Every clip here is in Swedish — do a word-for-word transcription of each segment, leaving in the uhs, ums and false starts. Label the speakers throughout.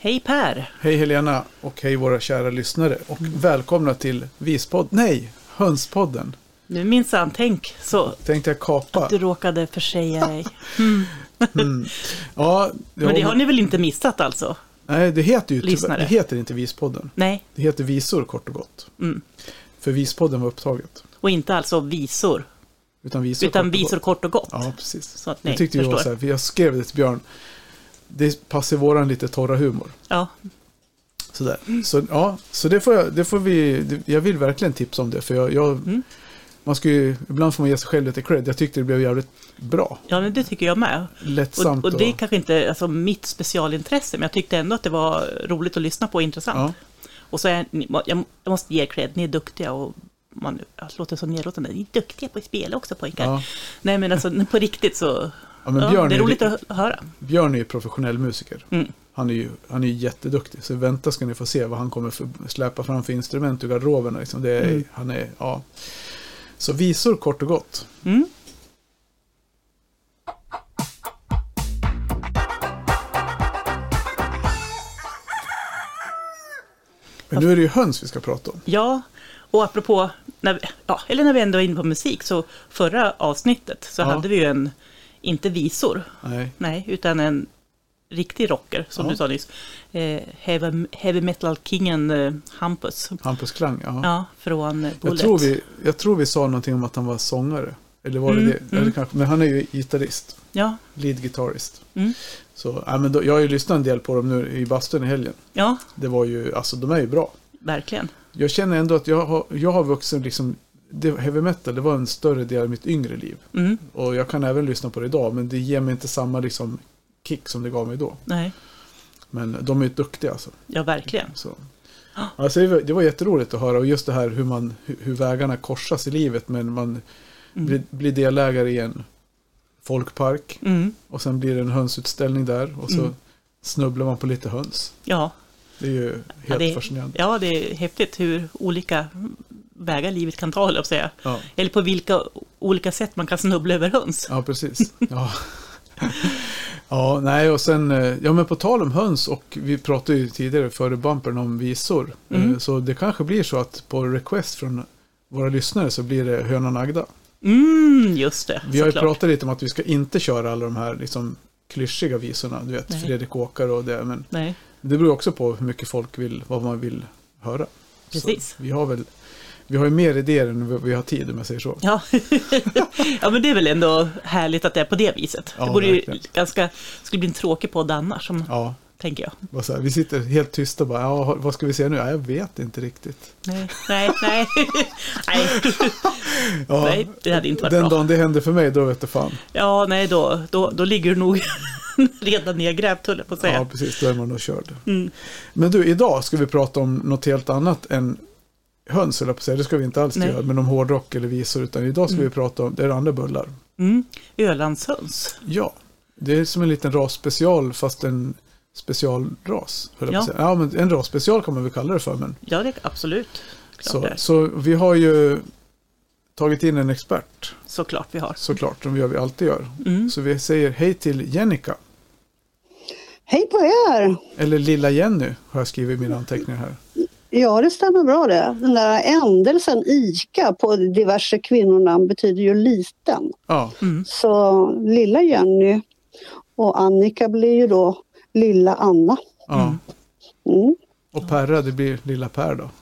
Speaker 1: Hej Per!
Speaker 2: Hej Helena och hej våra kära lyssnare och mm. välkomna till Vispodd, nej, Hönspodden.
Speaker 1: Nu minsann, tänk så
Speaker 2: tänkte jag kapa.
Speaker 1: Att du råkade försäga dig. Mm.
Speaker 2: mm. Ja, det
Speaker 1: Men det
Speaker 2: har...
Speaker 1: har ni väl inte missat alltså?
Speaker 2: Nej, det heter ju
Speaker 1: Lyssnare.
Speaker 2: Det heter inte Vispodden.
Speaker 1: Nej.
Speaker 2: Det heter Visor kort och gott.
Speaker 1: Mm.
Speaker 2: För Vispodden var upptaget.
Speaker 1: Och inte alltså visor.
Speaker 2: Utan visor,
Speaker 1: Utan
Speaker 2: kort, och
Speaker 1: visor kort och gott.
Speaker 2: Ja, precis.
Speaker 1: Så att, nej,
Speaker 2: jag tyckte ju var så här, för jag skrev det till Björn. Det passar våran lite torra humor.
Speaker 1: Ja.
Speaker 2: Sådär. Så, ja, så det får, jag, det får vi, jag vill verkligen tipsa om det. För jag, jag mm. man ska ju, ibland får man ge sig själv lite cred. Jag tyckte det blev jävligt bra.
Speaker 1: Ja, men det tycker jag med.
Speaker 2: Lättsamt.
Speaker 1: Och, och det är kanske inte alltså, mitt specialintresse. Men jag tyckte ändå att det var roligt att lyssna på och intressant. Ja. Och så är jag, jag måste ge cred, ni är duktiga och man jag låter så nedlåtande. Ni är duktiga på att spela också, pojkar. Ja. Nej, men alltså på riktigt så
Speaker 2: ja, men Björn
Speaker 1: ja, det är roligt
Speaker 2: är,
Speaker 1: att höra.
Speaker 2: Björn är ju professionell musiker.
Speaker 1: Mm.
Speaker 2: Han är ju han är ju jätteduktig. Så vänta ska ni få se vad han kommer för, släppa fram för instrument ur garderoberna. Liksom. Det är, mm. han är, ja. Så visor kort och gott.
Speaker 1: Mm.
Speaker 2: Men nu är det ju höns vi ska prata om.
Speaker 1: Ja, och apropå, när vi, ja, eller när vi ändå är inne på musik, så förra avsnittet så ja. hade vi ju en, inte visor,
Speaker 2: nej,
Speaker 1: nej utan en riktig rocker, som ja. du sa nyss. Eh, heavy, heavy metal-kingen eh, Hampus.
Speaker 2: Hampus Klang, ja.
Speaker 1: Ja, från Bullet.
Speaker 2: Jag tror, vi, jag tror vi sa någonting om att han var sångare. Eller var
Speaker 1: mm,
Speaker 2: det det?
Speaker 1: Mm.
Speaker 2: Kanske, men han är ju gitarrist.
Speaker 1: Ja.
Speaker 2: Lead guitarist.
Speaker 1: Mm.
Speaker 2: Så, ja, men då, jag har ju lyssnat en del på dem nu i bastun i helgen.
Speaker 1: Ja.
Speaker 2: Det var ju, alltså de är ju bra.
Speaker 1: Verkligen.
Speaker 2: Jag känner ändå att jag har, jag har vuxen liksom, det, heavy metal, det var en större del av mitt yngre liv.
Speaker 1: Mm.
Speaker 2: Och jag kan även lyssna på det idag, men det ger mig inte samma liksom kick som det gav mig då.
Speaker 1: Nej.
Speaker 2: Men de är ju duktiga alltså.
Speaker 1: Ja, verkligen.
Speaker 2: Så. Alltså, det, var, det var jätteroligt att höra, och just det här hur, man, hur, hur vägarna korsas i livet, men man mm. blir, blir delägare i en folkpark
Speaker 1: mm.
Speaker 2: och sen blir det en hönsutställning där och så mm. snubblar man på lite höns.
Speaker 1: Ja.
Speaker 2: Det är ju helt
Speaker 1: ja, det är,
Speaker 2: fascinerande.
Speaker 1: Ja, det är häftigt hur olika vägar livet kan ta, jag säga.
Speaker 2: Ja.
Speaker 1: Eller på vilka olika sätt man kan snubbla över höns.
Speaker 2: Ja, precis. Ja. Ja, nej, och sen, ja men på tal om höns, och vi pratade ju tidigare före bumpern om visor, mm. så det kanske blir så att på request från våra lyssnare så blir det hönan Agda.
Speaker 1: Mm, just det.
Speaker 2: Vi har ju pratat lite om att vi ska inte köra alla de här liksom klyschiga visorna, du vet, nej. Fredrik Åkare och det, men
Speaker 1: nej.
Speaker 2: Det beror också på hur mycket folk vill, vad man vill höra.
Speaker 1: Precis.
Speaker 2: Så vi har väl Vi har ju mer idéer än vi har tid, om jag säger så.
Speaker 1: Ja. Ja, men det är väl ändå härligt att det är på det viset.
Speaker 2: Ja,
Speaker 1: det borde ju
Speaker 2: verkligen.
Speaker 1: ganska, skulle bli en tråkig podd annars, som,
Speaker 2: ja.
Speaker 1: tänker jag.
Speaker 2: Så här, vi sitter helt tysta och bara, ja, vad ska vi säga nu? Ja, jag vet inte riktigt.
Speaker 1: Nej, nej, nej. nej.
Speaker 2: Ja,
Speaker 1: nej, det hade inte varit
Speaker 2: den
Speaker 1: bra.
Speaker 2: dagen det händer för mig, då vet du fan.
Speaker 1: Ja, nej, då, då, då ligger du nog redan nedgrävt, höll jag på att säga.
Speaker 2: Ja, precis, då är man nog körd.
Speaker 1: Mm.
Speaker 2: Men du, idag ska vi prata om något helt annat än höns, eller på att säga. Det ska vi inte alls göra, men om hårdrock eller visor, utan idag ska mm. vi prata om, det är andra bullar.
Speaker 1: Mm. Ölandshöns.
Speaker 2: Ja, det är som en liten rasspecial, fast en specialras. Ja. På att säga. Ja, men en rasspecial kan man väl kalla det för. Men...
Speaker 1: Ja, det är absolut. Klart
Speaker 2: så,
Speaker 1: det.
Speaker 2: så vi har ju tagit in en expert.
Speaker 1: Såklart vi har.
Speaker 2: Såklart, som vi alltid gör.
Speaker 1: Mm.
Speaker 2: Så vi säger hej till Jennica.
Speaker 3: Hej på er!
Speaker 2: Eller Lilla Jenny har jag skrivit i mina anteckningar här.
Speaker 3: Ja, det stämmer bra det. Den där ändelsen Ica på diverse kvinnonamn betyder ju liten.
Speaker 2: Ja.
Speaker 1: Mm.
Speaker 3: Så Lilla Jenny och Annika blir ju då Lilla Anna.
Speaker 2: Ja.
Speaker 3: Mm.
Speaker 2: Och Perra, det blir Lilla Per då.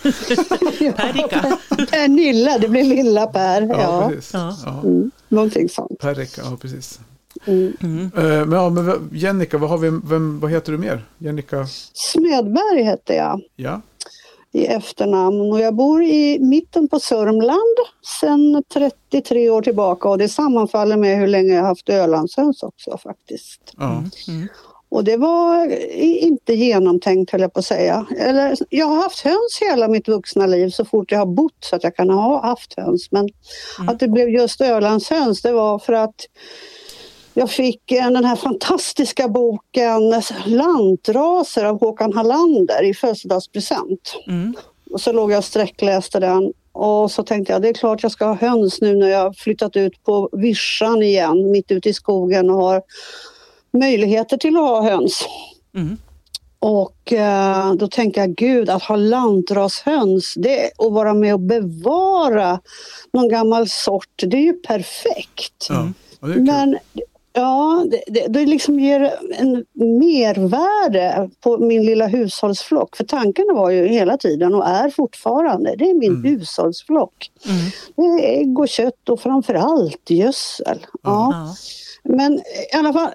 Speaker 1: Perrika.
Speaker 3: Pernilla, det blir Lilla Per.
Speaker 2: Ja,
Speaker 3: ja.
Speaker 2: precis.
Speaker 1: Ja.
Speaker 2: Ja.
Speaker 3: Mm. Någonting sånt.
Speaker 2: Perrika, ja precis.
Speaker 3: Mm.
Speaker 1: Mm.
Speaker 2: Uh, men ja, men Jennica, vad, har vi, vem, vad heter du mer? Jennica?
Speaker 3: Smedberg heter jag.
Speaker 2: Ja.
Speaker 3: I efternamn, och jag bor i mitten på Sörmland sedan trettiotre år tillbaka, och det sammanfaller med hur länge jag har haft Ölandshöns också faktiskt.
Speaker 2: Ja.
Speaker 1: Mm.
Speaker 3: Och det var inte genomtänkt, höll jag på att säga. Eller, jag har haft höns hela mitt vuxna liv så fort jag har bott, så att jag kan ha haft höns. Men mm. att det blev just Ölandshöns, det var för att jag fick den här fantastiska boken Lantraser av Håkan Hallander i födelsedagspresent. Mm. Och så låg jag och sträckläste den. Och så tänkte jag, det är klart jag ska ha höns nu när jag har flyttat ut på Vischan igen, mitt ute i skogen, och har möjligheter till att ha höns. Mm. Och eh, då tänkte jag, gud, att ha lantrashöns, det och vara med och bevara någon gammal sort, det är ju perfekt.
Speaker 2: Ja, det är kul.
Speaker 3: Men ja, det, det, det liksom ger en mervärde på min lilla hushållsflock. För tanken var ju hela tiden och är fortfarande, det är min mm. hushållsflock. Mm. Det är ägg och kött och framförallt gödsel. Ja.
Speaker 1: Ja.
Speaker 3: Men i alla fall,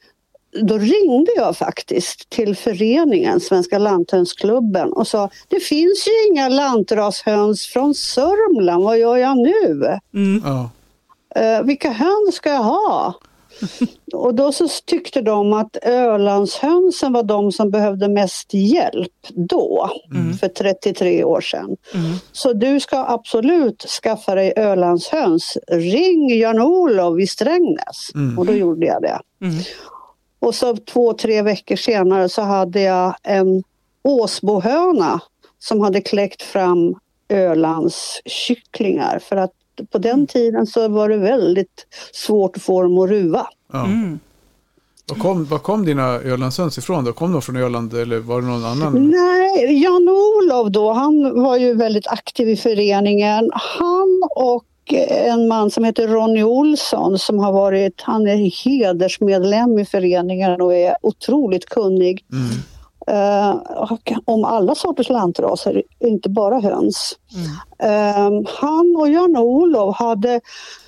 Speaker 3: då ringde jag faktiskt till föreningen Svenska Lanthönsklubben och sa, det finns ju inga lantrashöns från Sörmland, vad gör jag nu?
Speaker 1: Mm.
Speaker 2: Ja.
Speaker 3: Uh, vilka höns ska jag ha? Och då så tyckte de att Ölandshönsen var de som behövde mest hjälp då, mm. för trettiotre år sedan. Mm. Så du ska absolut skaffa dig Ölandshöns. Ring Jan-Olov i Strängnäs. Mm. Och då gjorde jag det. Mm. Och så två, tre veckor senare så hade jag en Åsbohöna som hade kläckt fram Ölands kycklingar. För att på den tiden så var det väldigt svårt att få dem att ruva.
Speaker 2: Ja.
Speaker 1: Mm.
Speaker 2: Var kom, var kom dina Ölandshöns ifrån då? Kom de från Öland eller var det någon annan?
Speaker 3: Nej, Jan-Olov då, han var ju väldigt aktiv i föreningen. Han och en man som heter Ronny Olsson som har varit, han är hedersmedlem i föreningen och är otroligt kunnig. Mm. Uh, om alla sorters lantraser, inte bara höns. Mm. Uh, han och Jan-Olov hade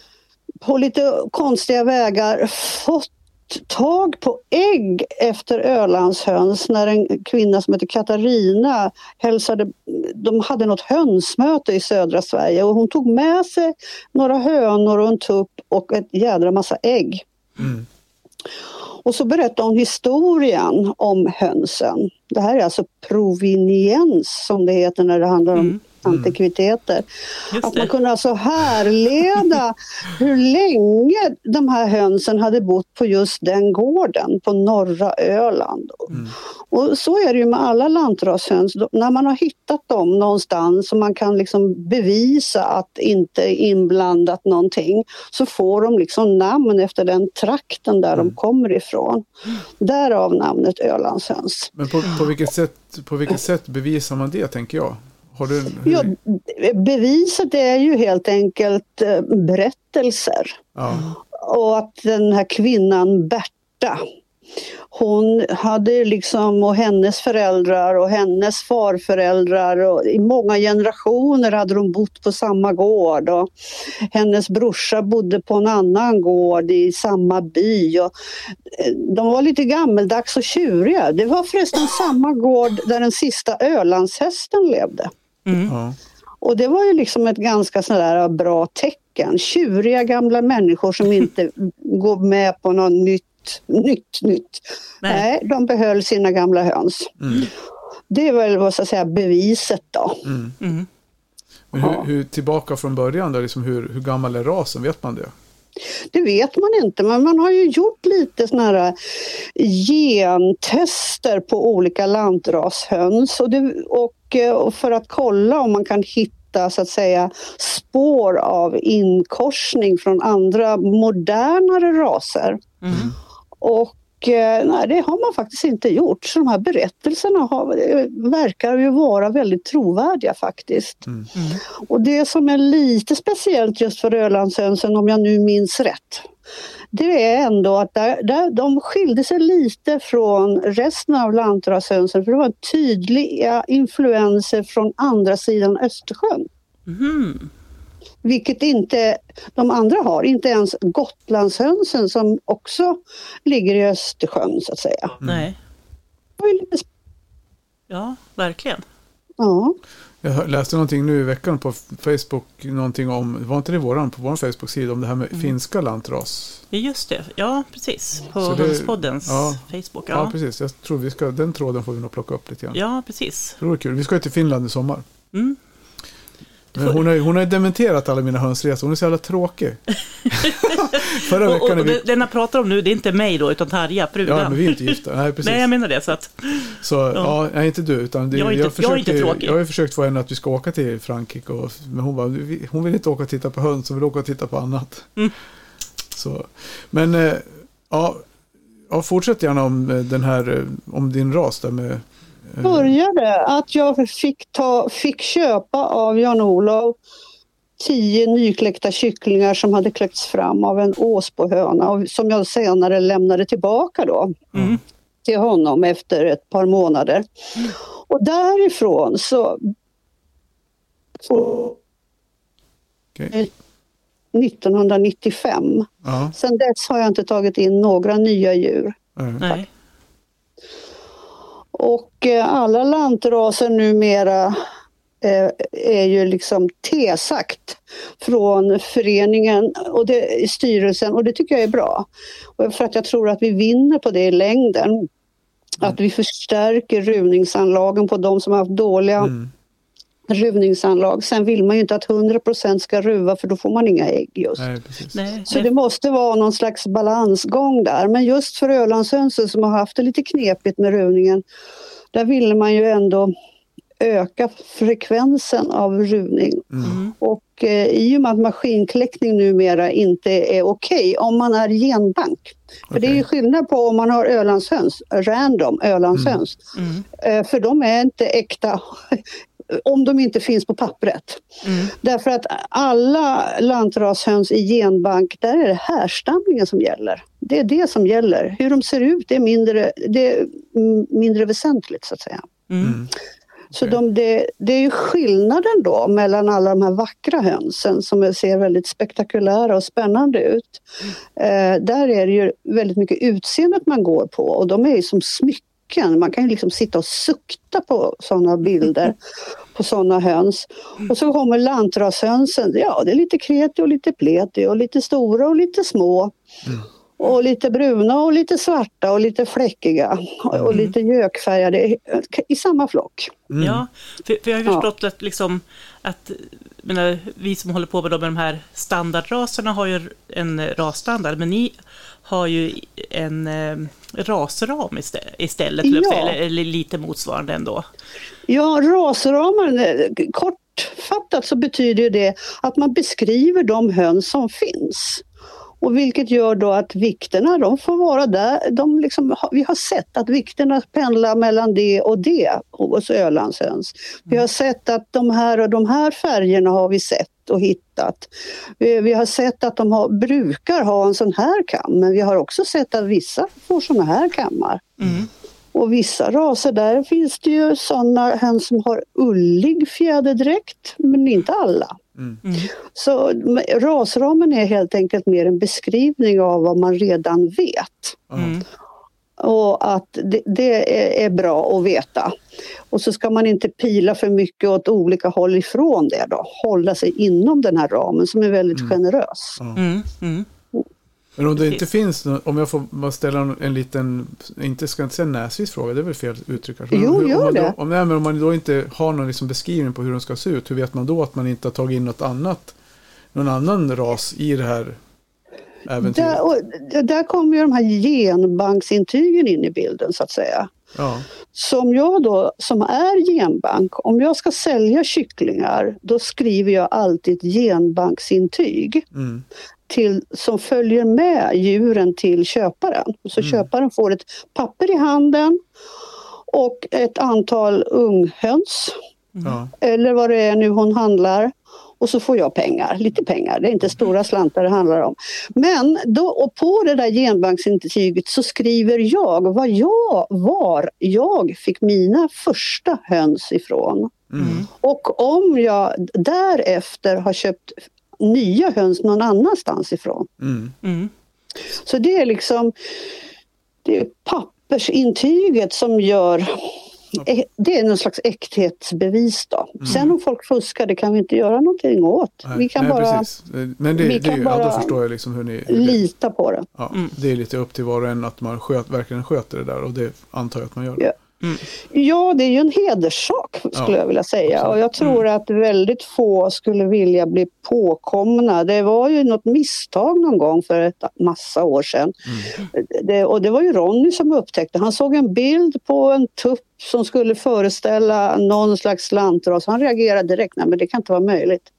Speaker 3: på lite konstiga vägar fått tag på ägg efter Ölandshöns när en kvinna som heter Katarina hälsade, de hade något hönsmöte i södra Sverige och hon tog med sig några hönor och en tupp och ett jädra massa ägg. Mm. Och så berättar hon historien om hönsen. Det här är alltså proveniens som det heter när det handlar om mm. antikviteter. Att man kunde alltså härleda hur länge de här hönsen hade bott på just den gården på norra Öland. Mm. Och så är det ju med alla lantrashöns. När man har hittat dem någonstans och man kan liksom bevisa att inte är inblandat någonting så får de liksom namn efter den trakten där mm. de kommer ifrån. Därav namnet Ölandshöns.
Speaker 2: Men på, på, vilket sätt, på vilket sätt bevisar man det, tänker jag? Har du, hur...
Speaker 3: Ja, beviset är ju helt enkelt berättelser. Ja. Och att den här kvinnan Berta, hon hade liksom, och hennes föräldrar och hennes farföräldrar och i många generationer hade de bott på samma gård och hennes brorsa bodde på en annan gård i samma by och de var lite gammeldags och tjuriga. Det var förresten samma gård där den sista Ölandshästen levde. Mm. Ja. Och det var ju liksom ett ganska sådär bra tecken. Tjuriga gamla människor som inte går med på något nytt nytt, nytt. Nej. Nej, de behöll sina gamla höns. Mm. Det är väl vad ska jag säga beviset då.
Speaker 2: Mm. Mm. Men hur, ja. hur tillbaka från början då, liksom hur, hur gammal är rasen, vet man det?
Speaker 3: Det vet man inte, men man har ju gjort lite såna här gentester på olika lantrashöns och, det, och, och för att kolla om man kan hitta så att säga spår av inkorsning från andra modernare raser. Mm. Och nej, det har man faktiskt inte gjort. Så de här berättelserna har, verkar ju vara väldigt trovärdiga faktiskt. Mm. Mm. Och det som är lite speciellt just för Ölandshönsen, om jag nu minns rätt, det är ändå att där, där, de skilde sig lite från resten av lantrashönsen för det var tydliga influenser från andra sidan Östersjön. Mm. Vilket inte de andra har, inte ens Gotlandshönsen som också ligger i Östersjön så att säga.
Speaker 1: Nej. Ja, verkligen.
Speaker 3: Ja.
Speaker 2: Jag läste någonting nu i veckan på Facebook, någonting om, var inte det våran, på vår Facebook-sida om det här med mm. finska lantras?
Speaker 1: Ja, just det. Ja, precis. På Hönspoddens ja, Facebook. Ja.
Speaker 2: ja, precis. Jag tror vi ska, den tråden får vi nog plocka upp lite grann.
Speaker 1: Ja, precis.
Speaker 2: Det vore kul. Vi ska ju till Finland i sommar.
Speaker 1: Mm.
Speaker 2: Men hon har, hon har dementerat alla mina hönsresor. Hon är så jävla tråkig. Förra veckan
Speaker 1: och, och
Speaker 2: vi...
Speaker 1: den jag pratar om nu, det är inte mig då, utan Tarja, frugan.
Speaker 2: Ja, men vi är inte gifta. Nej, precis.
Speaker 1: Nej, jag menar det. Så, att,
Speaker 2: så ja, ja nej, inte du. Utan det,
Speaker 1: jag, är inte,
Speaker 2: jag, försökte,
Speaker 1: jag är inte tråkig.
Speaker 2: Jag har ju försökt få henne att vi ska åka till Frankrike. Och, men hon, bara, hon vill inte åka och titta på höns, hon vill åka och titta på annat. Mm. Så, men, ja... ja, fortsätt gärna om den här, om din ras där med...
Speaker 3: Eh... Började att jag fick, ta, fick köpa av Jan-Olof tio nykläckta kycklingar som hade kläckts fram av en Åsbohöna och som jag senare lämnade tillbaka då mm. till honom efter ett par månader. Mm. Och därifrån så... så okay. nittonhundranittiofem. Ja. Sen dess har jag inte tagit in några nya djur.
Speaker 1: Nej.
Speaker 3: Och eh, alla lantraser numera eh, är ju liksom tesakt från föreningen och det, styrelsen, och det tycker jag är bra. Och för att jag tror att vi vinner på det i längden. Mm. Att vi förstärker ruvningsanlagen på de som har haft dåliga mm. ruvningsanlag. Sen vill man ju inte att hundra procent ska ruva för då får man inga ägg just.
Speaker 2: Nej, precis.
Speaker 1: Nej,
Speaker 3: så det måste vara någon slags balansgång där. Men just för Ölandshönsen som har haft det lite knepigt med ruvningen, där ville man ju ändå öka frekvensen av ruvning. Mm. Och eh, i och med att maskinkläckning numera inte är okej om man är genbank. För okay. det är ju skillnad på om man har Ölandshöns, random Ölandshöns. Mm. Mm. Eh, för de är inte äkta om de inte finns på pappret. Mm. Därför att alla lantrashöns i genbank, där är det härstamningen som gäller. Det är det som gäller. Hur de ser ut är mindre, det är mindre väsentligt så att säga. Mm. Mm. Så okay. de, det, det är ju skillnaden då mellan alla de här vackra hönsen som ser väldigt spektakulära och spännande ut. Mm. Eh, där är det ju väldigt mycket utseendet man går på och de är ju som smycken. Man kan ju liksom sitta och sukta på sådana bilder på sådana höns. Och så kommer lantrashönsen. Ja, det är lite kreti och lite pleti och lite stora och lite små. Mm. Och lite bruna och lite svarta och lite fläckiga mm. och lite gökfärgade i samma flock.
Speaker 1: Mm. Ja, för, för jag har förstått ja. att, liksom, att menar, vi som håller på med de här standardraserna har ju en rasstandard, men ni har ju en eh, rasram istället, istället ja. eller, eller lite motsvarande ändå.
Speaker 3: Ja, rasramen, kortfattat så betyder ju det att man beskriver de höns som finns. Och vilket gör då att vikterna, de får vara där. De liksom, vi har sett att vikterna pendlar mellan det och det hos Ölandshöns. Vi har sett att de här och de här färgerna har vi sett och hittat. Vi, vi har sett att de har, brukar ha en sån här kam, men vi har också sett att vissa får såna här kammar. Mm. Och vissa raser, där finns det ju sådana höns som har ullig fjäderdräkt, men inte alla. Mm. Mm. Så rasramen är helt enkelt mer en beskrivning av vad man redan vet. Mm. Och att det, det är bra att veta. Och så ska man inte pila för mycket åt olika håll ifrån det då. Hålla sig inom den här ramen som är väldigt mm. generös.
Speaker 1: Mm. Mm.
Speaker 2: Men om det inte finns, om jag får ställa en, en liten, inte ska inte säga näsvis fråga, det är väl fel uttryck.
Speaker 3: Jo,
Speaker 2: hur,
Speaker 3: gör
Speaker 2: om
Speaker 3: det.
Speaker 2: Då, om, nej, men om man då inte har någon liksom beskrivning på hur de ska se ut, hur vet man då att man inte har tagit in något annat, någon annan ras i det här äventyret?
Speaker 3: Där, och, där kommer ju de här genbanksintygen in i bilden så att säga.
Speaker 2: Ja.
Speaker 3: Som jag då, som är genbank, om jag ska sälja kycklingar, då skriver jag alltid ett genbanksintyg. Mm. Till, som följer med djuren till köparen. Så mm. köparen får ett papper i handen och ett antal unghöns. Mm. Eller vad det är nu hon handlar. Och så får jag pengar, lite pengar. Det är inte stora slantar det handlar om. Men då, och på det där genbanksintyget så skriver jag vad jag var jag fick mina första höns ifrån. Mm. Och om jag därefter har köpt nya höns någon annanstans ifrån. Mm. Mm. Så det är liksom det är pappersintyget som gör det är någon slags äkthetsbevis då. Mm. Sen om folk fuskar, det kan vi inte göra någonting åt.
Speaker 2: Nej,
Speaker 3: vi kan
Speaker 2: nej,
Speaker 3: bara,
Speaker 2: precis. Men det,
Speaker 3: vi
Speaker 2: det,
Speaker 3: kan
Speaker 2: ja,
Speaker 3: bara
Speaker 2: då förstår jag liksom hur ni hur
Speaker 3: lita på det.
Speaker 2: Ja, mm. Det är lite upp till var och en att man sköt, verkligen sköter det där och det antar jag att man gör.
Speaker 3: Ja. Mm. Ja, det är ju en hederssak skulle ja, jag vilja säga. Absolut. Och jag tror mm. att väldigt få skulle vilja bli påkomna. Det var ju något misstag någon gång för ett massa år sedan. Mm. Det, och det var ju Ronny som upptäckte. Han såg en bild på en tupp som skulle föreställa någon slags lantras. Han reagerade direkt, nej men det kan inte vara möjligt.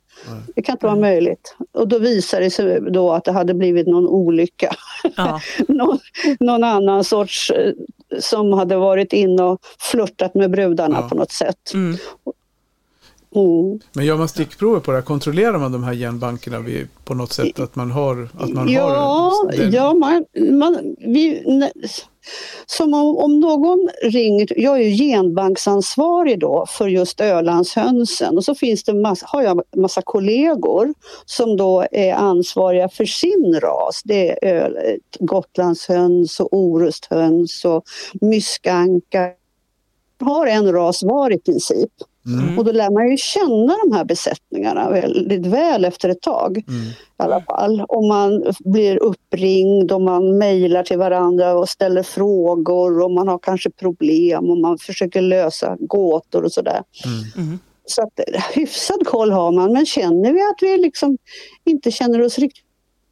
Speaker 2: Nej.
Speaker 3: Det kan inte vara möjligt. Och då visade det sig då att det hade blivit någon olycka.
Speaker 1: Ja.
Speaker 3: någon, någon annan sorts som hade varit inne och flörtat med brudarna
Speaker 2: Ja.
Speaker 3: på något sätt.
Speaker 1: Mm.
Speaker 3: Mm.
Speaker 2: Men gör man stickprover på det? Kontrollerar man de här genbankerna vid, på något sätt? Att man har... Att man
Speaker 3: ja,
Speaker 2: har den...
Speaker 3: ja man, man, vi, ne, som om, om någon ringer... Jag är ju genbanksansvarig då för just Ölandshönsen. Och så finns det massa, har jag en massa kollegor som då är ansvariga för sin ras. Det är Ö, Gotlandshöns och Orusthöns och Myskanka. Har en ras var i princip.
Speaker 2: Mm.
Speaker 3: Och då lär man ju känna de här besättningarna väldigt väl efter ett tag.
Speaker 2: Mm.
Speaker 3: I alla fall. Om man blir uppringd och man mejlar till varandra och ställer frågor och man har kanske problem och man försöker lösa gåtor och sådär.
Speaker 2: Mm.
Speaker 1: Mm.
Speaker 3: Så att hyfsad koll har man, men känner vi att vi liksom inte känner oss riktigt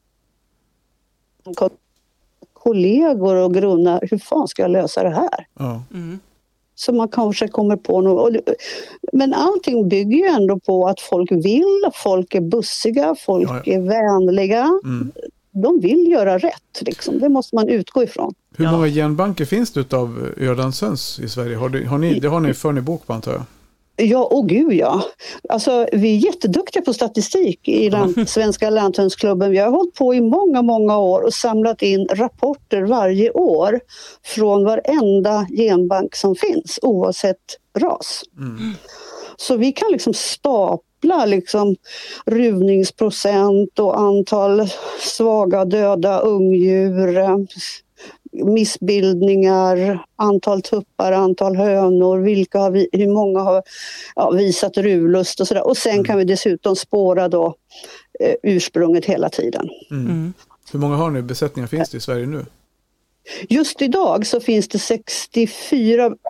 Speaker 3: kollegor och grunnar, hur fan ska jag lösa det här?
Speaker 2: Ja.
Speaker 1: Mm.
Speaker 3: Så man kanske kommer på något. Men allting bygger ju ändå på att folk vill, folk är bussiga, folk
Speaker 2: Ja, ja.
Speaker 3: är vänliga.
Speaker 2: Mm.
Speaker 3: De vill göra rätt, liksom. Det måste man utgå ifrån.
Speaker 2: Hur
Speaker 1: Ja.
Speaker 2: många genbanker finns det utav Ölandshöns i Sverige? Har, det, har ni, det har ni för ni bok på, antar jag?
Speaker 3: Ja, åh gud ja. Alltså, vi är jätteduktiga på statistik i land, Svenska Lanthönsklubben. Vi har hållit på i många, många år och samlat in rapporter varje år från varenda genbank som finns, oavsett ras.
Speaker 2: Mm.
Speaker 3: Så vi kan liksom stapla liksom ruvningsprocent och antal svaga döda ungdjur, missbildningar, antal tuppar, antal hönor, vilka har vi, hur många har ja, visat ruvlust och sådär. Och sen kan vi dessutom spåra då eh, ursprunget hela tiden.
Speaker 2: Mm.
Speaker 1: Mm.
Speaker 2: Hur många har ni besättningar finns det i Sverige nu?
Speaker 3: Just idag så finns det sextiofyra,
Speaker 1: Mm.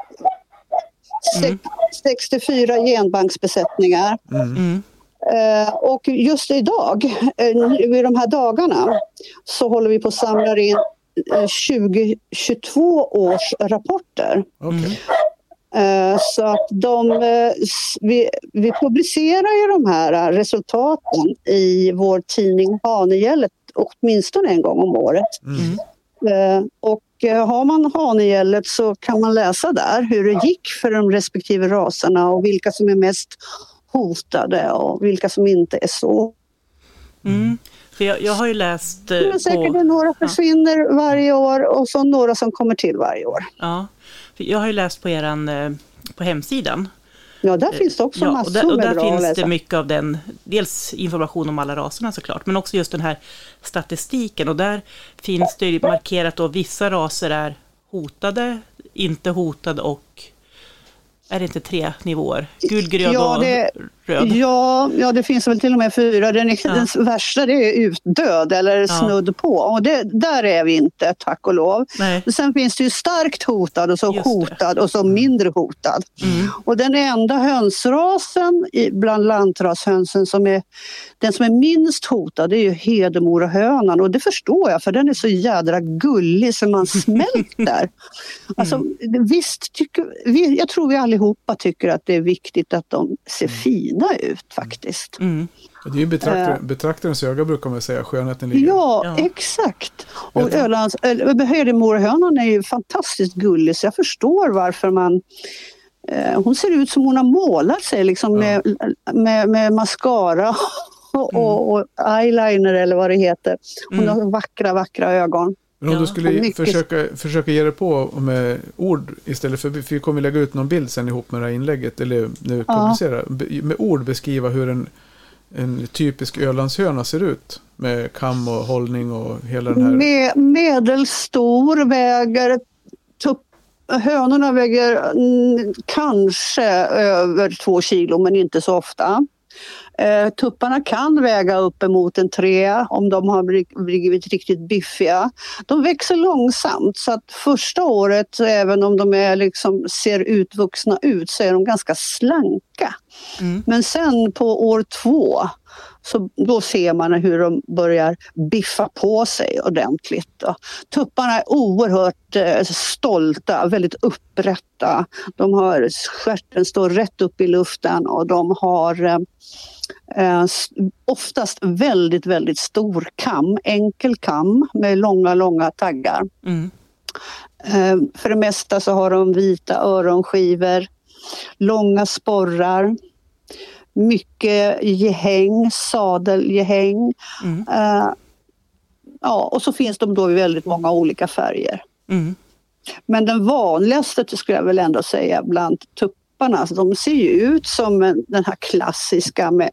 Speaker 3: sex, sextiofyra genbanksbesättningar.
Speaker 2: Mm.
Speaker 1: Mm.
Speaker 3: Eh, och just idag, eh, i de här dagarna, så håller vi på att samla in eh, tjugo tjugotvå års rapporter.
Speaker 2: Okej.
Speaker 3: Eh, så att de, eh, s- vi, vi publicerar ju de här resultaten i vår tidning Hanegället åtminstone en gång om året.
Speaker 2: Mm.
Speaker 3: Eh, och eh, har man Hanegället så kan man läsa där hur det gick för de respektive raserna och vilka som är mest hotade och vilka som inte är så.
Speaker 1: Mm. För jag, jag har ju läst eh,
Speaker 3: Men säkert
Speaker 1: på...
Speaker 3: är några försvinner varje år och så några som kommer till varje år.
Speaker 1: Ja, för jag har ju läst på eran eh, på hemsidan.
Speaker 3: Ja, där finns det också
Speaker 1: Ja,
Speaker 3: massor
Speaker 1: och där, och
Speaker 3: med
Speaker 1: där
Speaker 3: bra att
Speaker 1: finns
Speaker 3: läsa.
Speaker 1: det mycket av den, dels information om alla raserna såklart, men också just den här statistiken. Och där finns det ju markerat då vissa raser är hotade, inte hotade och är det inte tre nivåer? Gul, grön
Speaker 3: Ja,
Speaker 1: och
Speaker 3: det-
Speaker 1: röd.
Speaker 3: Ja, ja, det finns väl till och med fyra. Den, är,
Speaker 1: Ja.
Speaker 3: den värsta det är utdöd eller snudd på. Och det, där är vi inte, tack och lov.
Speaker 1: Nej.
Speaker 3: Sen finns det ju starkt hotad och så
Speaker 1: Just det.
Speaker 3: hotad och så mindre hotad.
Speaker 1: Mm.
Speaker 3: Och den enda hönsrasen i- bland lantrashönsen som är den som är minst hotad, det är ju Hedemorahönan. Och det förstår jag, för den är så jädra gullig så man smälter. Alltså, visst, tycker, vi, jag tror vi allihopa tycker att det är viktigt att de ser fina ut faktiskt.
Speaker 1: Mm.
Speaker 2: Det är ju betraktar, betraktarens öga, brukar man säga, skönheten ligger.
Speaker 3: Ja,
Speaker 1: Ja.
Speaker 3: exakt. Och
Speaker 2: Vet du-
Speaker 3: Ölands, eller, Hedemorahönan är ju fantastiskt gullig så jag förstår varför man eh, hon ser ut som hon har målat sig liksom
Speaker 2: Ja.
Speaker 3: med, med, med mascara och, och, och eyeliner eller vad det heter. Hon
Speaker 1: Mm.
Speaker 3: har vackra, vackra ögon.
Speaker 2: Men om
Speaker 1: Ja.
Speaker 2: du skulle
Speaker 3: Och mycket-
Speaker 2: försöka, försöka ge dig på med ord istället för, för vi kommer lägga ut någon bild sen ihop med det här inlägget, eller nu
Speaker 3: Ja.
Speaker 2: publicera, Be- med ord beskriva hur en, en typisk Ölandshöna ser ut, med kam och hållning och hela den här.
Speaker 3: Med, medelstor, väger tupp, hönorna väger mm, kanske över två kilo men inte så ofta. Eh, tupparna kan väga uppemot en tre om de har bli- blivit riktigt biffiga. De växer långsamt så att första året, även om de är liksom, ser utvuxna ut, så är de ganska slanka.
Speaker 1: Mm.
Speaker 3: Men sen på år två så då ser man hur de börjar biffa på sig ordentligt. Då. Tupparna är oerhört eh, stolta, väldigt upprätta. De har stjärten står rätt upp i luften och de har eh, Eh, oftast väldigt, väldigt stor kam, enkel kam med långa, långa taggar.
Speaker 1: Mm.
Speaker 3: Eh, för det mesta så har de vita öronskivor, långa sporrar, mycket gehäng, sadelgehäng.
Speaker 1: Mm.
Speaker 3: Eh, ja, och så finns de då i väldigt många olika färger.
Speaker 1: Mm.
Speaker 3: Men den vanligaste skulle jag väl ändå säga bland tupparna, de ser ju ut som en, den här klassiska med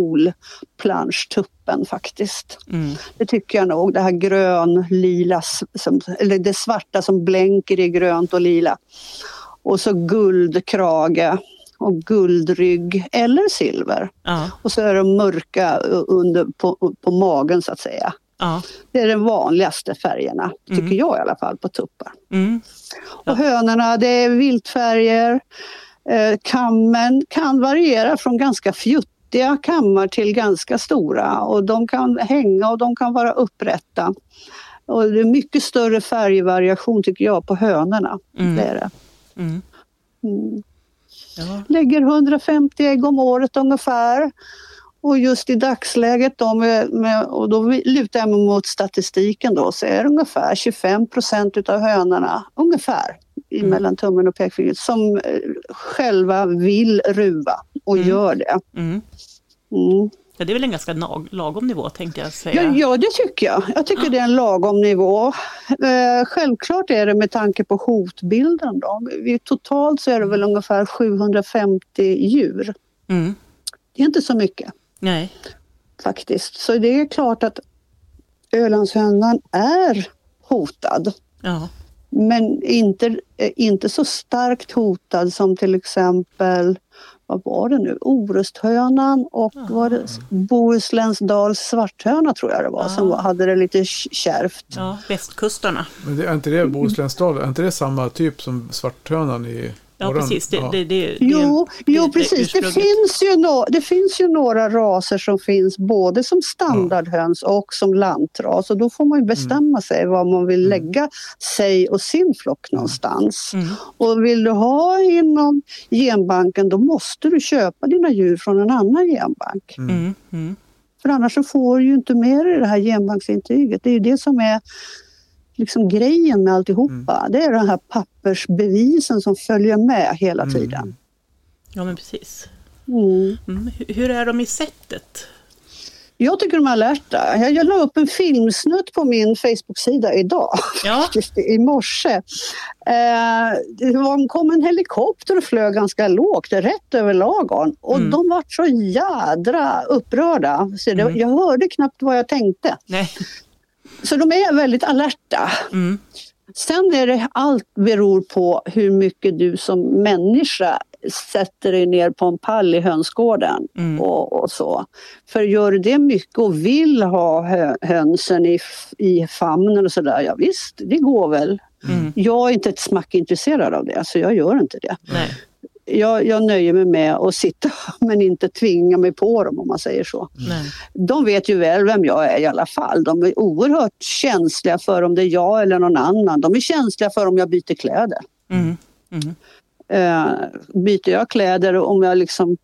Speaker 3: skolplanschtuppen faktiskt.
Speaker 1: Mm.
Speaker 3: Det tycker jag nog, det här grön, lila, som, eller det svarta som blänker i grönt och lila. Och så guldkrage och guldrygg eller silver.
Speaker 1: Ja. Och
Speaker 3: Och så är de mörka under, på, på magen så att säga.
Speaker 1: Ja.
Speaker 3: Det är de vanligaste färgerna, tycker
Speaker 1: Mm.
Speaker 3: jag i alla fall, på tuppar.
Speaker 1: Mm. Ja.
Speaker 3: Och hönorna, det är viltfärger. Eh, kammen kan variera från ganska fjuttiga kammar till ganska stora. Och de kan hänga och de kan vara upprätta. Och det är mycket större färgvariation tycker jag på hönorna.
Speaker 1: Mm.
Speaker 3: Det är det.
Speaker 1: Mm.
Speaker 3: Mm.
Speaker 1: Ja.
Speaker 3: Lägger hundrafemtio ägg om året ungefär. Och just i dagsläget då, med, med, och då lutar jag mig mot statistiken då, så är det ungefär tjugofem procent utav hönorna, ungefär, i
Speaker 1: Mm.
Speaker 3: mellan tummen och pekfingret, som eh, själva vill ruva och
Speaker 1: Mm.
Speaker 3: gör det.
Speaker 1: Mm.
Speaker 3: Mm.
Speaker 1: Ja, det är väl en ganska nag- lagom nivå tänkte jag säga.
Speaker 3: Ja, ja, det tycker jag. Jag tycker det är en lagom nivå. Eh, självklart är det med tanke på hotbilden då. Vi, totalt så är det väl ungefär sjuhundrafemtio djur.
Speaker 1: Mm.
Speaker 3: Det är inte så mycket.
Speaker 1: Nej.
Speaker 3: Faktiskt. Så det är klart att Ölandshönan är hotad.
Speaker 1: Ja.
Speaker 3: Men inte, inte så starkt hotad som till exempel, vad var det nu, Orusthönan och
Speaker 1: Ja.
Speaker 3: var det Bohuslänsdals svarthöna tror jag det var,
Speaker 1: Ja.
Speaker 3: som hade det lite kärvt.
Speaker 1: Ja, västkustarna.
Speaker 2: Men det, är inte det Bohuslänsdal? Är inte det samma typ som svarthönan i
Speaker 1: Ja,
Speaker 2: våran-
Speaker 1: precis. Det,
Speaker 2: ja.
Speaker 1: det, det, det,
Speaker 3: Jo,
Speaker 1: det-
Speaker 3: jo
Speaker 1: det-
Speaker 3: precis. Det
Speaker 1: ursprunget.
Speaker 3: finns, ju no, det finns ju några raser som finns både som standardhöns och som lantras. Och då får man ju bestämma sig var man vill lägga sig och sin flock någonstans.
Speaker 1: Mm.
Speaker 3: Och vill du ha inom genbanken, då måste du köpa dina djur från en annan genbank.
Speaker 1: Mm. Mm.
Speaker 3: För annars så får du ju inte med dig det här genbanksintyget. Det är ju det som är liksom grejen med alltihopa.
Speaker 2: Mm.
Speaker 3: Det är den här pappersbevisen som följer med hela
Speaker 2: Mm.
Speaker 3: tiden.
Speaker 1: Ja, men precis.
Speaker 3: Mm.
Speaker 1: Mm. Hur- Hur är de i sättet?
Speaker 3: Jag tycker de är alerta. Jag, jag la upp en filmsnutt på min Facebook-sida idag,
Speaker 1: Ja.
Speaker 3: faktiskt i morse. Eh, det var, kom en helikopter och flög ganska lågt, rätt över lagorn. Och
Speaker 1: Mm.
Speaker 3: de var så jädra upprörda. Så det,
Speaker 1: Mm.
Speaker 3: jag hörde knappt vad jag tänkte.
Speaker 1: Nej.
Speaker 3: Så de är väldigt alerta.
Speaker 1: Mm.
Speaker 3: Sen är det, allt beror på hur mycket du som människa sätter dig ner på en pall i hönsgården
Speaker 1: Mm.
Speaker 3: och, och så. För gör du det mycket och vill ha hö, hönsen i, i famnen och sådär, ja visst, det går väl.
Speaker 1: Mm.
Speaker 3: Jag är inte ett smack intresserad av det, så jag gör inte det.
Speaker 1: Nej.
Speaker 3: Jag, jag nöjer mig med att sitta men inte tvinga mig på dem, om man säger så.
Speaker 1: Nej.
Speaker 3: De vet ju väl vem jag är i alla fall. De är oerhört känsliga för om det är jag eller någon annan. De är känsliga för om jag byter kläder.
Speaker 1: Mm. Mm.
Speaker 3: Eh, byter jag kläder och om jag liksom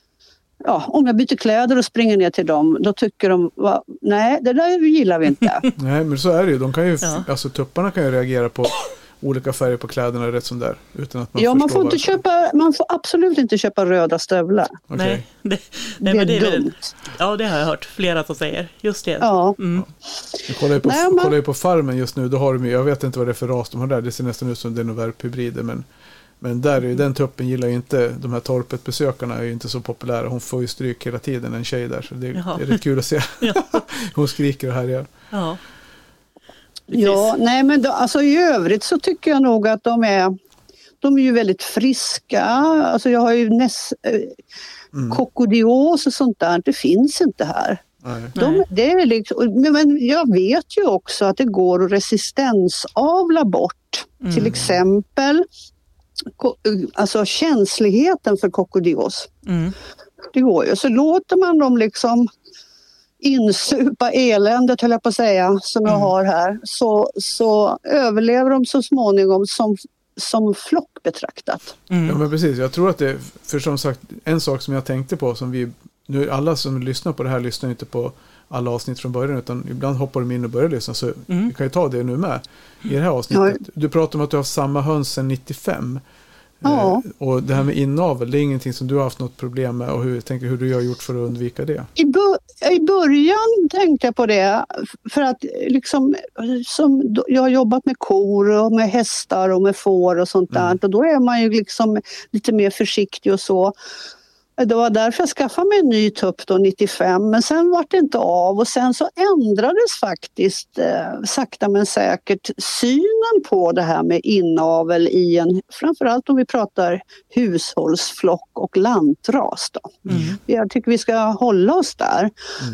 Speaker 3: ja, om jag byter kläder och springer ner till dem, då tycker de, va, nej, det där gillar vi inte.
Speaker 2: Nej, men så är det ju. De kan ju
Speaker 1: Ja.
Speaker 2: alltså tupparna kan ju reagera på olika färger på kläderna rätt som där. Utan att man
Speaker 3: Ja, man
Speaker 2: förstår
Speaker 3: får, inte
Speaker 2: varför.
Speaker 3: köpa, man får absolut inte köpa röda stövlar.
Speaker 2: Okej.
Speaker 1: Nej. Det,
Speaker 3: Det
Speaker 1: nej, men
Speaker 3: är
Speaker 1: det är väl,
Speaker 3: dumt.
Speaker 1: ja, det har jag hört flera som säger. Just det.
Speaker 3: Ja.
Speaker 1: Mm.
Speaker 2: Jag kollar ju på,
Speaker 3: Nej, men-
Speaker 2: kollar ju på farmen just nu. Då har de ju, jag vet inte vad det är för ras de har där. Det ser nästan ut som det är några värphybrider. Men, men där är ju, den tuppen gillar ju inte, de här torpet-besökarna är ju inte så populära. Hon får ju stryk hela tiden, en tjej där. Så det,
Speaker 1: Jaha.
Speaker 2: det är rätt kul att se.
Speaker 1: Ja.
Speaker 2: Hon skriker och härjar.
Speaker 1: Ja. Precis.
Speaker 3: Ja, nej men då, alltså i övrigt så tycker jag nog att de är, de är ju väldigt friska. Alltså jag har ju näs, eh,
Speaker 2: Mm.
Speaker 3: kokodios och sånt där, det finns inte här.
Speaker 2: Nej.
Speaker 3: De,
Speaker 1: Nej.
Speaker 3: det är liksom, men, men jag vet ju också att det går att resistensavla bort.
Speaker 1: Mm.
Speaker 3: Till exempel ko, alltså känsligheten för kokodios.
Speaker 1: Mm.
Speaker 3: Det går ju. Så låter man dem liksom insupa eländet, höll jag på att säga, som jag
Speaker 1: Mm.
Speaker 3: har här, så, så överlever de så småningom som, som flock betraktat.
Speaker 2: Ja,
Speaker 1: Mm.
Speaker 2: men precis. Jag tror att det, för som sagt, en sak som jag tänkte på som vi nu alla som lyssnar på det här lyssnar inte på alla avsnitt från början, utan ibland hoppar de in och börjar lyssna, så mm. vi kan ju ta det nu med i det här avsnittet. Ja. Du pratar om att du har samma höns sedan nittiofem. Ja. Eh, och det här med inavel, det är ingenting som du har haft något problem med, och hur, tänker hur du har gjort för att undvika det?
Speaker 3: I, bu- I början tänkte jag på det, för att liksom, som, jag har jobbat med kor och med hästar och med får och sånt där, mm. och då är man ju liksom lite mer försiktig och så. Det var därför jag skaffade mig en ny tupp då nittiofem, men sen var det inte av, och sen så ändrades faktiskt eh, sakta men säkert synen på det här med inavel i en, framförallt om vi pratar hushållsflock och lantras då. Mm. Jag tycker vi ska hålla oss där.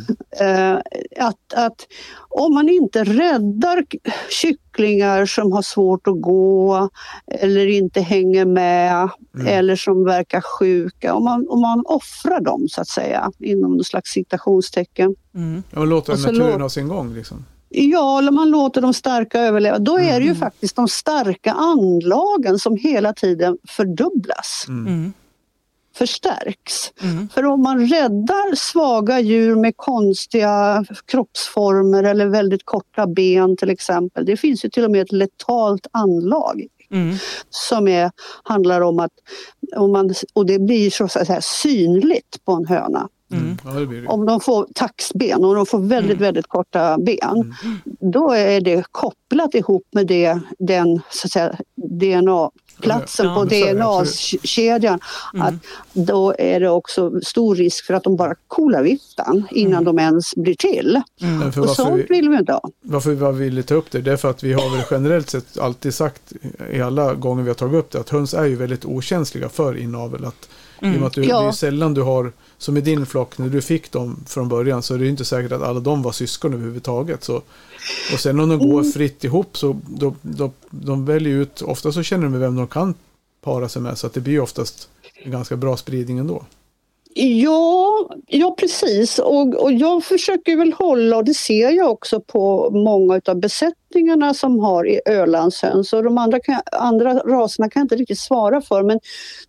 Speaker 3: Mm. Eh, att, att om man inte räddar kycklingar som har svårt att gå eller inte hänger med mm. eller som verkar sjuka, om man, om man offrar dem så att säga inom någon slags citationstecken.
Speaker 2: Mm. Ja, man låter naturen lå- ha sin gång liksom.
Speaker 3: Ja, eller man låter de starka överleva. Då är det ju mm. faktiskt de starka anlagen som hela tiden fördubblas. Mm. Förstärks. Mm. För om man räddar svaga djur med konstiga kroppsformer eller väldigt korta ben till exempel. Det finns ju till och med ett letalt anlag. Mm. Som är, handlar om att, om man, och det blir så att säga synligt på en höna. Mm. Ja, det blir det. Om de får taxben och de får väldigt, mm. väldigt korta ben, mm. då är det kopplat ihop med det, den så att säga, D N A-platsen ja, på D N A-kedjan. Mm. Att då är det också stor risk för att de bara kolar viftan innan mm. de ens blir till. Mm. Och sånt vi, vill vi inte ha.
Speaker 2: Varför vi vill ta upp det? Det är för att vi har väl generellt sett alltid sagt i alla gånger vi har tagit upp det, att höns är ju väldigt okänsliga för inavel. Att Mm. I och med att du, ja. det är sällan du har, som i din flock, när du fick dem från början, så är det inte säkert att alla de var syskon överhuvudtaget. Så, och sen om de går fritt ihop, så då, då, de väljer ut, ofta så känner de vem de kan para sig med, så att det blir oftast en ganska bra spridning ändå.
Speaker 3: Ja, ja precis. Och, och jag försöker väl hålla, och det ser jag också på många av besättningarna som har i Ölandshöns, och de andra, kan, andra raserna kan jag inte riktigt svara för, men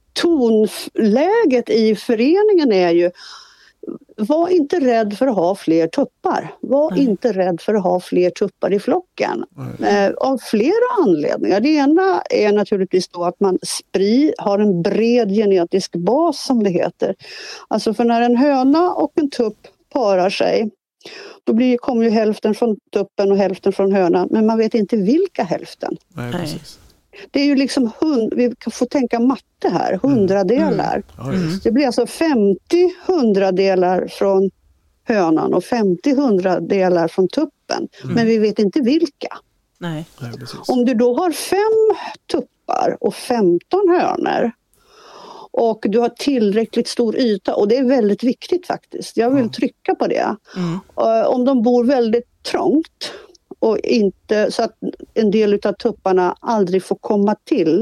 Speaker 3: tonläget i föreningen är ju: var inte rädd för att ha fler tuppar. Var mm. inte rädd för att ha fler tuppar i flocken. Mm. Eh, av flera anledningar. Det ena är naturligtvis då att man sprid, har en bred genetisk bas, som det heter. Alltså för när en höna och en tupp parar sig, då blir, kommer ju hälften från tuppen och hälften från hönan, men man vet inte vilka hälften.
Speaker 2: Nej, precis.
Speaker 3: Det är ju liksom, hund, vi får tänka matte här, hundradelar. Mm. Mm. Det blir alltså femtio hundradelar från hönan och femtio hundradelar från tuppen. Mm. Men vi vet inte vilka.
Speaker 1: Nej.
Speaker 2: Nej,
Speaker 3: om du då har fem tuppar och femton hönor och du har tillräckligt stor yta, och det är väldigt viktigt faktiskt. Jag vill trycka på det. Mm. Om de bor väldigt trångt, och inte så att en del av tupparna aldrig får komma till.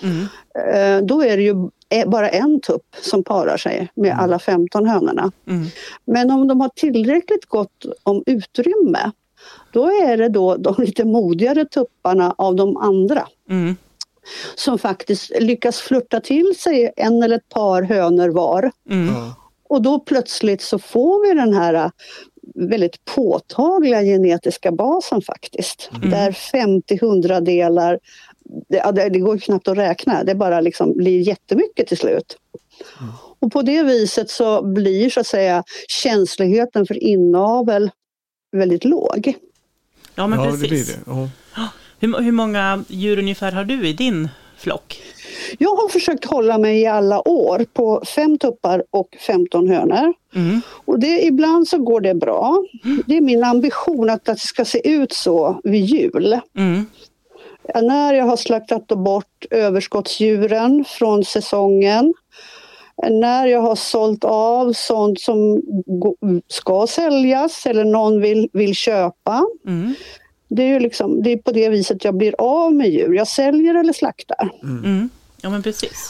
Speaker 3: Mm. Då är det ju bara en tupp som parar sig med mm. alla femton hönorna. Mm. Men om de har tillräckligt gott om utrymme, då är det då de lite modigare tupparna av de andra. Mm. Som faktiskt lyckas flirta till sig en eller ett par hönor var. Mm. Och då plötsligt så får vi den här väldigt påtagliga genetiska basen faktiskt. Mm. Där femtio hundradelar, det, det går ju knappt att räkna, det bara liksom blir jättemycket till slut. Mm. Och på det viset så blir så att säga känsligheten för inavel väldigt låg.
Speaker 1: Ja, men
Speaker 2: ja,
Speaker 1: precis.
Speaker 2: Det blir det. Ja.
Speaker 1: Hur, hur många djur ungefär har du i din flock?
Speaker 3: Jag har försökt hålla mig i alla år på fem tuppar och femton hönor. Mm. Och det, ibland så går det bra. Mm. Det är min ambition att det ska se ut så vid jul. Mm. När jag har slaktat bort överskottsdjuren från säsongen. När jag har sålt av sånt som ska säljas eller någon vill, vill köpa. Mm. Det är ju liksom, det är på det viset jag blir av med djur. Jag säljer eller slaktar.
Speaker 1: Mm. Mm. Ja, men precis.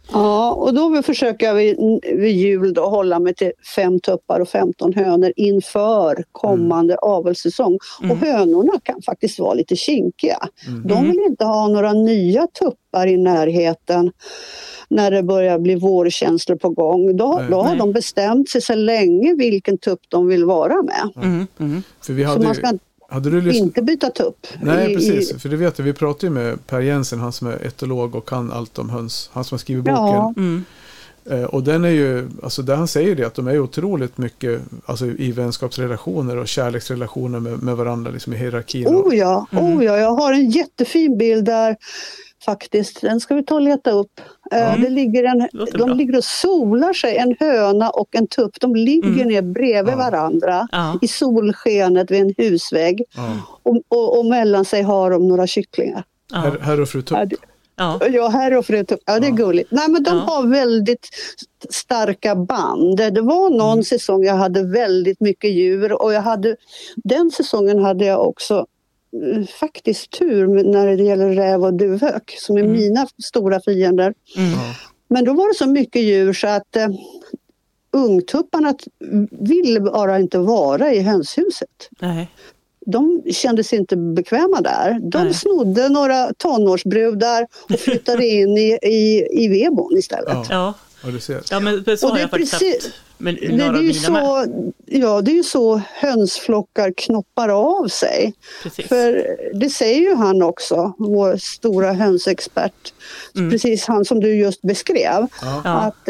Speaker 3: Ja, och då försöker jag vid, vid jul då hålla mig till fem tuppar och femton hönor inför kommande mm. avelssäsong. Mm. Och hönorna kan faktiskt vara lite kinkiga. Mm. De vill inte ha några nya tuppar i närheten när det börjar bli vårkänslor på gång. Då, då har de bestämt sig så länge vilken tupp de vill vara med.
Speaker 2: Mm. Mm. För vi hade... Så man ska
Speaker 3: Hade du lyssn... inte byta tupp.
Speaker 2: Nej,
Speaker 3: I,
Speaker 2: precis.
Speaker 3: I...
Speaker 2: För det vet jag, vi pratade ju med Per Jensen, han som är etolog och kan allt om höns. Han som har skrivit boken.
Speaker 3: Ja.
Speaker 2: Mm. Eh, och den är ju, alltså där han säger det, att de är otroligt mycket alltså, i vänskapsrelationer och kärleksrelationer med, med varandra, liksom i hierarkin.
Speaker 3: Oh ja, mm. oh ja, jag har en jättefin bild där faktiskt. Den ska vi ta och leta upp. Mm. Det ligger en, de ligger och solar sig, en höna och en tupp. De ligger mm. ner bredvid ja. varandra ja. i solskenet vid en husvägg. Ja. Och, och, och mellan sig har de några kycklingar.
Speaker 2: Ja. Herr, herr och fru tupp.
Speaker 3: Ja, ja herr och fru tupp. Ja, det är gulligt. Nej, men de ja. har väldigt starka band. Det var någon mm. säsong jag hade väldigt mycket djur. Och jag hade, den säsongen hade jag också faktiskt tur när det gäller räv och duvhök som är mm. mina stora fiender. Mm. Men då var det så mycket djur så att uh, ungtupparna ville bara inte vara i hönshuset. Nej. De kände sig inte bekväma där. De Nej. snodde några tonårsbrudar och flyttade in i, i, i vedboden istället.
Speaker 1: Ja.
Speaker 2: Ja, du ser.
Speaker 1: Ja, men så har jag faktiskt haft. Men
Speaker 3: det, det, är ju så, ja, det är ju så hönsflockar knoppar av sig. Precis. För det säger ju han också, vår stora hönsexpert. Mm. Precis han som du just beskrev. Ja. Att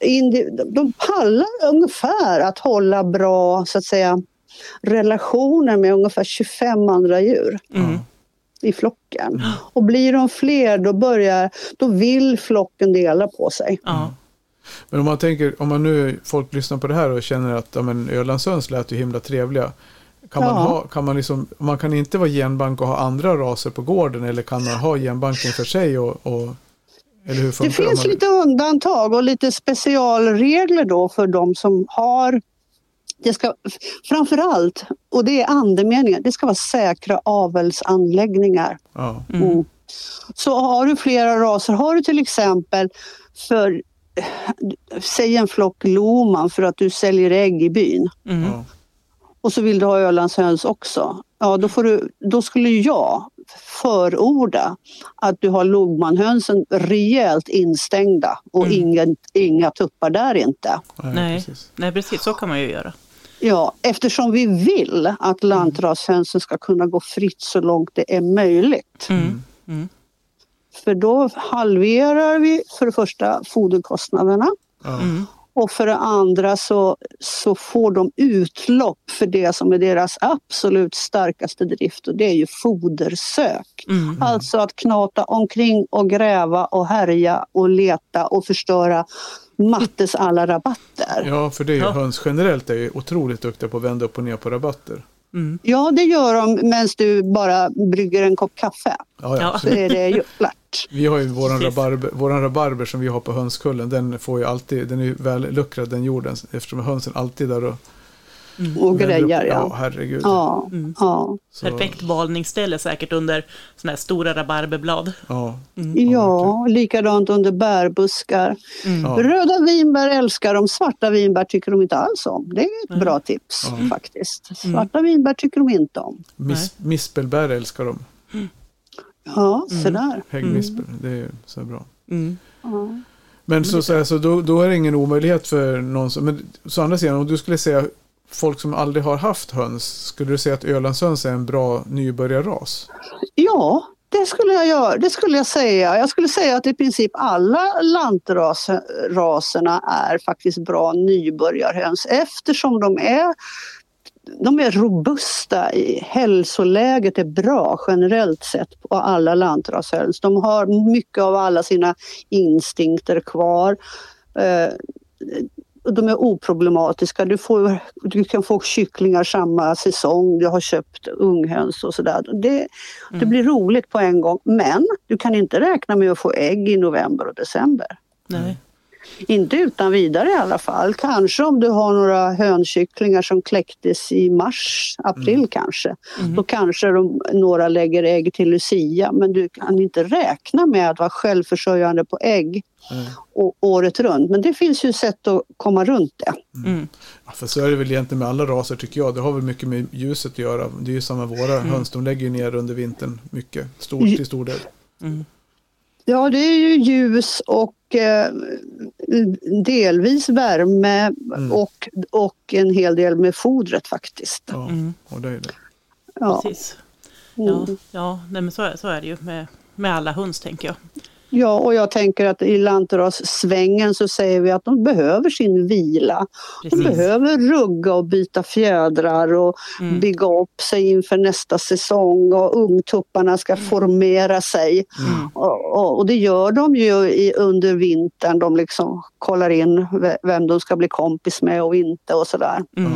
Speaker 3: de pallar ungefär att hålla bra, så att säga, relationer med ungefär tjugofem andra djur. Mm. i flocken. Mm. Och blir de fler, då börjar, då vill flocken dela på sig.
Speaker 2: Mm. Men om man tänker, om man nu folk lyssnar på det här och känner att ja, men Ölandshöns lät ju himla trevliga. Kan man, ja. ha, kan man, liksom, man kan inte vara genbank och ha andra raser på gården, eller kan man ha genbanken för sig? Och, och, eller hur
Speaker 3: det finns
Speaker 2: man?
Speaker 3: Lite undantag och lite specialregler då för de som har, det ska framförallt, och det är andemeningen, det ska vara säkra avelsanläggningar. Ja. Mm. Så har du flera raser, har du till exempel för säg en flock loman för att du säljer ägg i byn. Mm. Ja. Och så vill du ha Ölandshöns också. Ja, då, får du, då skulle jag förorda att du har logmanhönsen rejält instängda och mm. inga, inga tuppar där inte.
Speaker 1: Nej, precis. Nej, precis. Så kan man ju göra.
Speaker 3: Ja, eftersom vi vill att lantrashönsen ska kunna gå fritt så långt det är möjligt. Mm. Mm. För då halverar vi för det första foderkostnaderna. Mm. Och för det andra så, så får de utlopp för det som är deras absolut starkaste drift. Och det är ju fodersök. Mm. Alltså att knata omkring och gräva och härja och leta och förstöra Mattes alla rabatter.
Speaker 2: Ja, för det är ju ja. höns generellt är ju otroligt duktiga på att vända upp och ner på rabatter.
Speaker 3: Mm. Ja, det gör de medan du bara brygger en kopp kaffe.
Speaker 2: Ja, ja.
Speaker 3: Så är det ju klart.
Speaker 2: Vi har ju våran rabarber, våran rabarber som vi har på hönskullen. Den får ju alltid, den är ju väl luckrad den jorden, eftersom hönsen alltid där och
Speaker 3: mm. och grejer, ja.
Speaker 2: Ja, herregud.
Speaker 3: Ja, mm. ja.
Speaker 1: Perfekt valningsställe säkert under såna här stora rabarberblad.
Speaker 2: Ja,
Speaker 3: mm. ja, likadant under bärbuskar. Mm. Ja. Röda vinbär älskar de, svarta vinbär tycker de inte alls om. Det är ett mm. bra tips ja. faktiskt. Svarta mm. vinbär tycker de inte om.
Speaker 2: Mis- mispelbär älskar de.
Speaker 3: Mm. Ja, sådär. Mm.
Speaker 2: Häggmispel, mm. det är ju så bra. Mm. Ja. Men så, så, så då, då är det ingen omöjlighet för någon som, men så andra sidan, om du skulle säga folk som aldrig har haft höns, skulle du säga att Ölandshöns är en bra nybörjarras?
Speaker 3: Ja, det skulle jag göra. Det skulle jag säga. Jag skulle säga att i princip alla lantraserna är faktiskt bra nybörjarhöns, eftersom de är de är robusta, i hälsoläget är bra generellt sett på alla lantrashöns. De har mycket av alla sina instinkter kvar. De är oproblematiska. Du, får, du kan få kycklingar samma säsong. Du har köpt unghöns och sådär. Det, mm. det blir roligt på en gång. Men du kan inte räkna med att få ägg i november och december.
Speaker 1: Nej.
Speaker 3: Inte utan vidare i alla fall. Kanske om du har några hönkycklingar som kläcktes i mars, april mm. kanske. Mm. Då kanske de, några lägger ägg till Lucia. Men du kan inte räkna med att vara självförsörjande på ägg mm. och, året runt. Men det finns ju sätt att komma runt det.
Speaker 2: Mm. Ja, för så är det väl egentligen med alla raser tycker jag. Det har väl mycket med ljuset att göra. Det är ju samma våra mm. höns. De lägger ju ner under vintern mycket. Stor, till stor del.
Speaker 1: Mm.
Speaker 3: Ja, det är ju ljus och eh, delvis värme mm. och, och en hel del med fodret faktiskt.
Speaker 2: Ja, mm. och det är det.
Speaker 1: Ja. Precis. Ja, ja nej, men så, är, så är det ju med, med alla höns tänker jag.
Speaker 3: Ja, och jag tänker att i lantrassvängen så säger vi att de behöver sin vila. Precis. De behöver rugga och byta fjädrar och mm. bygga upp sig inför nästa säsong och ungtupparna ska formera sig. Mm. Och, och, och det gör de ju i, under vintern. De liksom kollar in vem de ska bli kompis med och inte och sådär. Mm.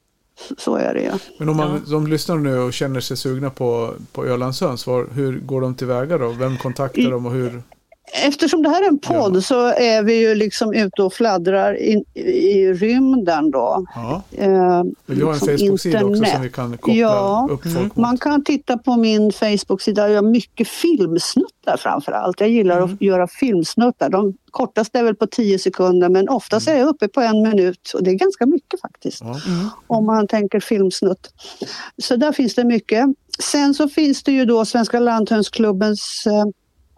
Speaker 3: Så är det ju.
Speaker 2: Men om man, ja. de lyssnar nu och känner sig sugna på, på Ölandshöns, var, hur går de tillväga då? Vem kontaktar I, dem och hur...
Speaker 3: Eftersom det här är en podd ja. så är vi ju liksom ute och fladdrar in, i rymden då.
Speaker 2: Ja. Eh, vi har en Facebook-sida också som vi kan koppla
Speaker 3: ja.
Speaker 2: upp folk mot.
Speaker 3: Man kan titta på min Facebook-sida. Jag gör mycket filmsnuttar framförallt. Jag gillar mm. att göra filmsnuttar. De kortaste är väl på tio sekunder men oftast mm. är jag uppe på en minut. Och det är ganska mycket faktiskt. Ja. Mm. Om man tänker filmsnutt. Så där finns det mycket. Sen så finns det ju då Svenska Lanthönsklubbens eh,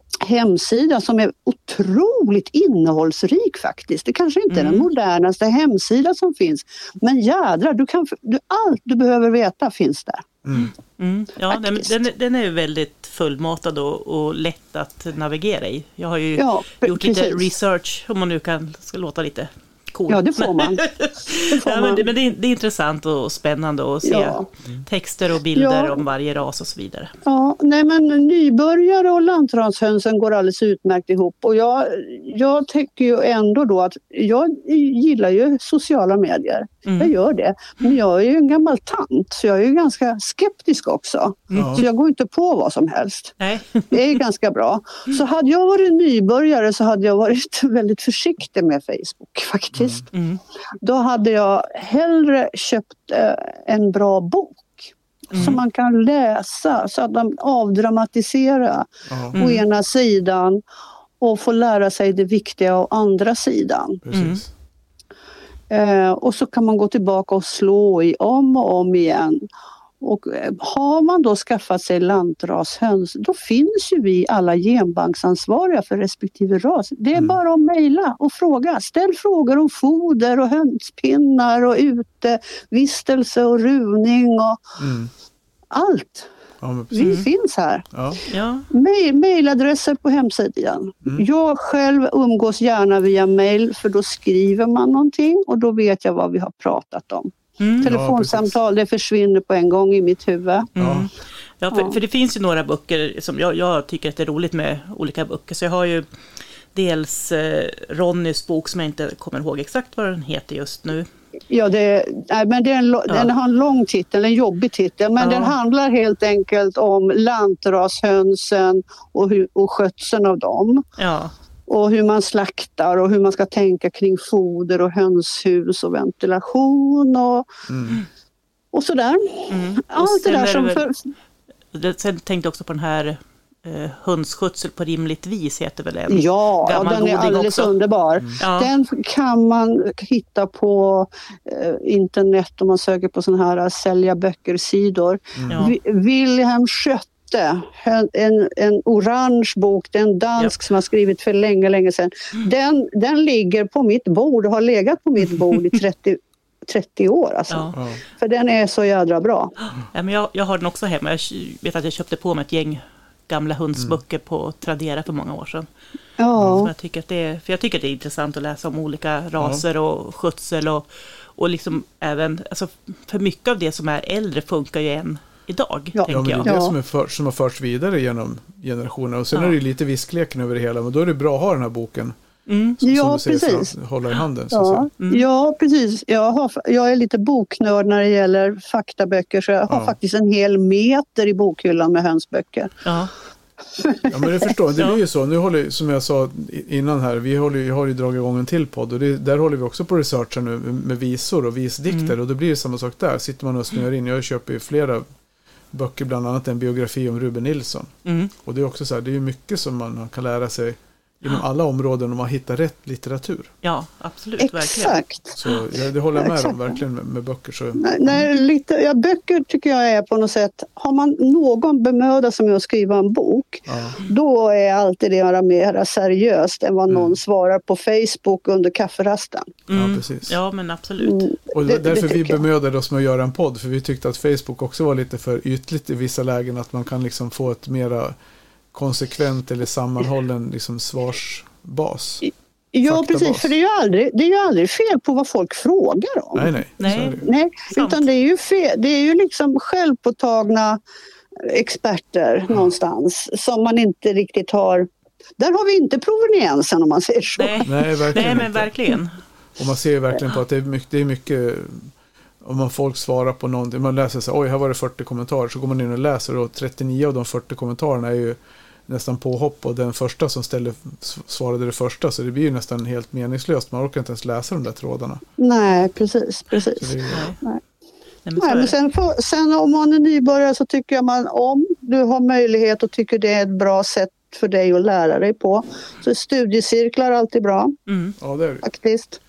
Speaker 3: hemsida som är otroligt innehållsrik faktiskt. Det kanske inte är mm. den modernaste hemsida som finns. Men jädrar, du kan, du, allt du behöver veta finns där.
Speaker 2: Mm.
Speaker 1: Mm. Ja, den, den, den är väldigt fullmatad och, och lätt att navigera i. Jag har ju ja, gjort precis. lite research, om man nu kan ska låta lite coolt.
Speaker 3: Ja, det får man. Det får
Speaker 1: ja,
Speaker 3: man.
Speaker 1: Men, det, men det, är, det är intressant och spännande att se ja. texter och bilder ja. om varje ras och så vidare.
Speaker 3: Ja, nej men nybörjare och lantranshönsen går alldeles utmärkt ihop. Och jag, jag tycker ju ändå då att jag gillar ju sociala medier. Mm. Jag gör det. Men jag är ju en gammal tant så jag är ju ganska skeptisk också. Mm. Så jag går inte på vad som helst.
Speaker 1: Nej.
Speaker 3: Det är ganska bra. Så hade jag varit nybörjare så hade jag varit väldigt försiktig med Facebook faktiskt. Mm. Då hade jag hellre köpt eh, en bra bok mm. som man kan läsa så att de avdramatiserar mm. å ena sidan och få lära sig det viktiga å andra sidan.
Speaker 2: Precis.
Speaker 3: Eh, och så kan man gå tillbaka och slå i om och om igen. Och har man då skaffat sig lantrashöns, då finns ju vi alla genbanksansvariga för respektive ras. Det är mm. bara att mejla och fråga. Ställ frågor om foder och hönspinnar och utevistelse och runing och
Speaker 2: mm.
Speaker 3: allt.
Speaker 2: Ja,
Speaker 3: vi mm. finns här.
Speaker 2: Ja.
Speaker 1: Ja.
Speaker 3: Mail, mailadresser på hemsidan. Mm. Jag själv umgås gärna via mail för då skriver man någonting och då vet jag vad vi har pratat om. Mm. Telefonsamtal, ja, det försvinner på en gång i mitt huvud.
Speaker 1: Mm. Ja, för, för det finns ju några böcker som jag, jag tycker att det är roligt med olika böcker. Så jag har ju dels eh, Ronnys bok som jag inte kommer ihåg exakt vad den heter just nu.
Speaker 3: Ja, det, nej, men det är en, ja. den har en lång titel, en jobbig titel. Men ja. den handlar helt enkelt om lantrashönsen och, hur, och skötseln av dem.
Speaker 1: Ja.
Speaker 3: Och hur man slaktar och hur man ska tänka kring foder och hönshus och ventilation och,
Speaker 2: mm.
Speaker 3: och sådär.
Speaker 1: Mm.
Speaker 3: Allt
Speaker 1: och
Speaker 3: det där som...
Speaker 1: Det väl,
Speaker 3: för...
Speaker 1: Sen tänkte jag också på den här eh, hönsskötsel på rimligt vis heter väl en
Speaker 3: ja, gammal den är alldeles också. Underbar. Mm. Ja. Den kan man hitta på eh, internet om man söker på sådana här sälja böcker-sidor.
Speaker 1: Mm. Ja.
Speaker 3: Wilhelm Schött En, en, en orange bok, det är en dansk yep. som har skrivit för länge, länge sedan. Den, den ligger på mitt bord och har legat på mitt bord i trettio, trettio år. Alltså.
Speaker 1: Ja.
Speaker 3: För den är så jädra bra.
Speaker 1: Ja, men jag, jag har den också hemma. Jag vet att jag köpte på mig ett gäng gamla hundsböcker mm. på Tradera för många år sedan.
Speaker 3: Ja.
Speaker 1: Så jag, tycker att det är, för jag tycker att det är intressant att läsa om olika raser ja. och skötsel och, och liksom även, alltså, för mycket av det som är äldre funkar ju än idag,
Speaker 2: ja.
Speaker 1: tänker
Speaker 2: ja, men det är
Speaker 1: jag.
Speaker 2: det
Speaker 3: ja.
Speaker 2: som, är för, som har förts vidare genom generationer. Och sen ja. är det ju lite viskleken över det hela. Men då är det bra att ha den här boken.
Speaker 1: Mm.
Speaker 3: Som,
Speaker 2: ja,
Speaker 3: som du
Speaker 2: säger,
Speaker 3: precis.
Speaker 2: Hålla i handen. Så
Speaker 3: ja.
Speaker 2: Mm.
Speaker 3: ja, precis. Jag, har, jag är lite boknörd när det gäller faktaböcker. Så jag har
Speaker 2: ja.
Speaker 3: faktiskt en hel meter i bokhyllan med hönsböcker.
Speaker 1: Ja.
Speaker 2: Ja, men det förstår, det blir ju så. Nu håller, som jag sa innan här, vi håller, jag har ju dragit igång en till podd och det, där håller vi också på researchen nu med visor och visdikter mm. och då blir det samma sak där. Sitter man och snöar in, jag köper ju flera böcker, bland annat en biografi om Ruben Nilsson. Mm. Och det är också så här, det är ju mycket som man kan lära sig inom alla områden om man hittar rätt litteratur.
Speaker 1: Ja, absolut.
Speaker 3: Exakt.
Speaker 1: Verkligen.
Speaker 2: Så ja, det håller jag med om verkligen med, med böcker. Så.
Speaker 3: Nej, nej, lite, ja, böcker tycker jag är på något sätt, har man någon bemöda som att skriva en bok, ja. Då är alltid det mer seriöst än vad någon mm. svarar på Facebook under kafferasten.
Speaker 1: Mm.
Speaker 2: Ja, precis.
Speaker 1: Ja, men absolut. Mm.
Speaker 2: Och det var därför det vi bemödade oss med att göra en podd, för vi tyckte att Facebook också var lite för ytligt i vissa lägen, att man kan liksom få ett mera konsekvent eller sammanhållen liksom svarsbas.
Speaker 3: Ja,
Speaker 2: faktabas.
Speaker 3: Precis, för det är, ju aldrig, det är ju aldrig fel på vad folk frågar om.
Speaker 2: Nej, nej.
Speaker 1: nej.
Speaker 3: nej utan det är ju fel, det är ju liksom självpåtagna experter mm. någonstans som man inte riktigt har. Där har vi inte proveniensen om man säger så.
Speaker 1: Nej,
Speaker 2: nej, verkligen
Speaker 1: nej men
Speaker 2: inte.
Speaker 1: Verkligen.
Speaker 2: Och man ser verkligen på att det är mycket, det är mycket om man folk svarar på någonting, man läser så här, oj här var det fyrtio kommentarer, så går man in och läser och trettionio av de fyrtio kommentarerna är ju nästan påhopp och den första som ställde svarade det första, så det blir ju nästan helt meningslöst, man orkar inte ens läsa de där trådarna.
Speaker 3: Nej, precis, precis.
Speaker 2: Är,
Speaker 3: nej.
Speaker 1: Nej, men,
Speaker 3: nej, men sen, får, sen om man är nybörjare så tycker jag man, om du har möjlighet och tycker det är ett bra sätt för dig att lära dig på, så är studiecirklar alltid bra.
Speaker 1: Mm.
Speaker 2: Ja, det är det.
Speaker 3: Faktiskt.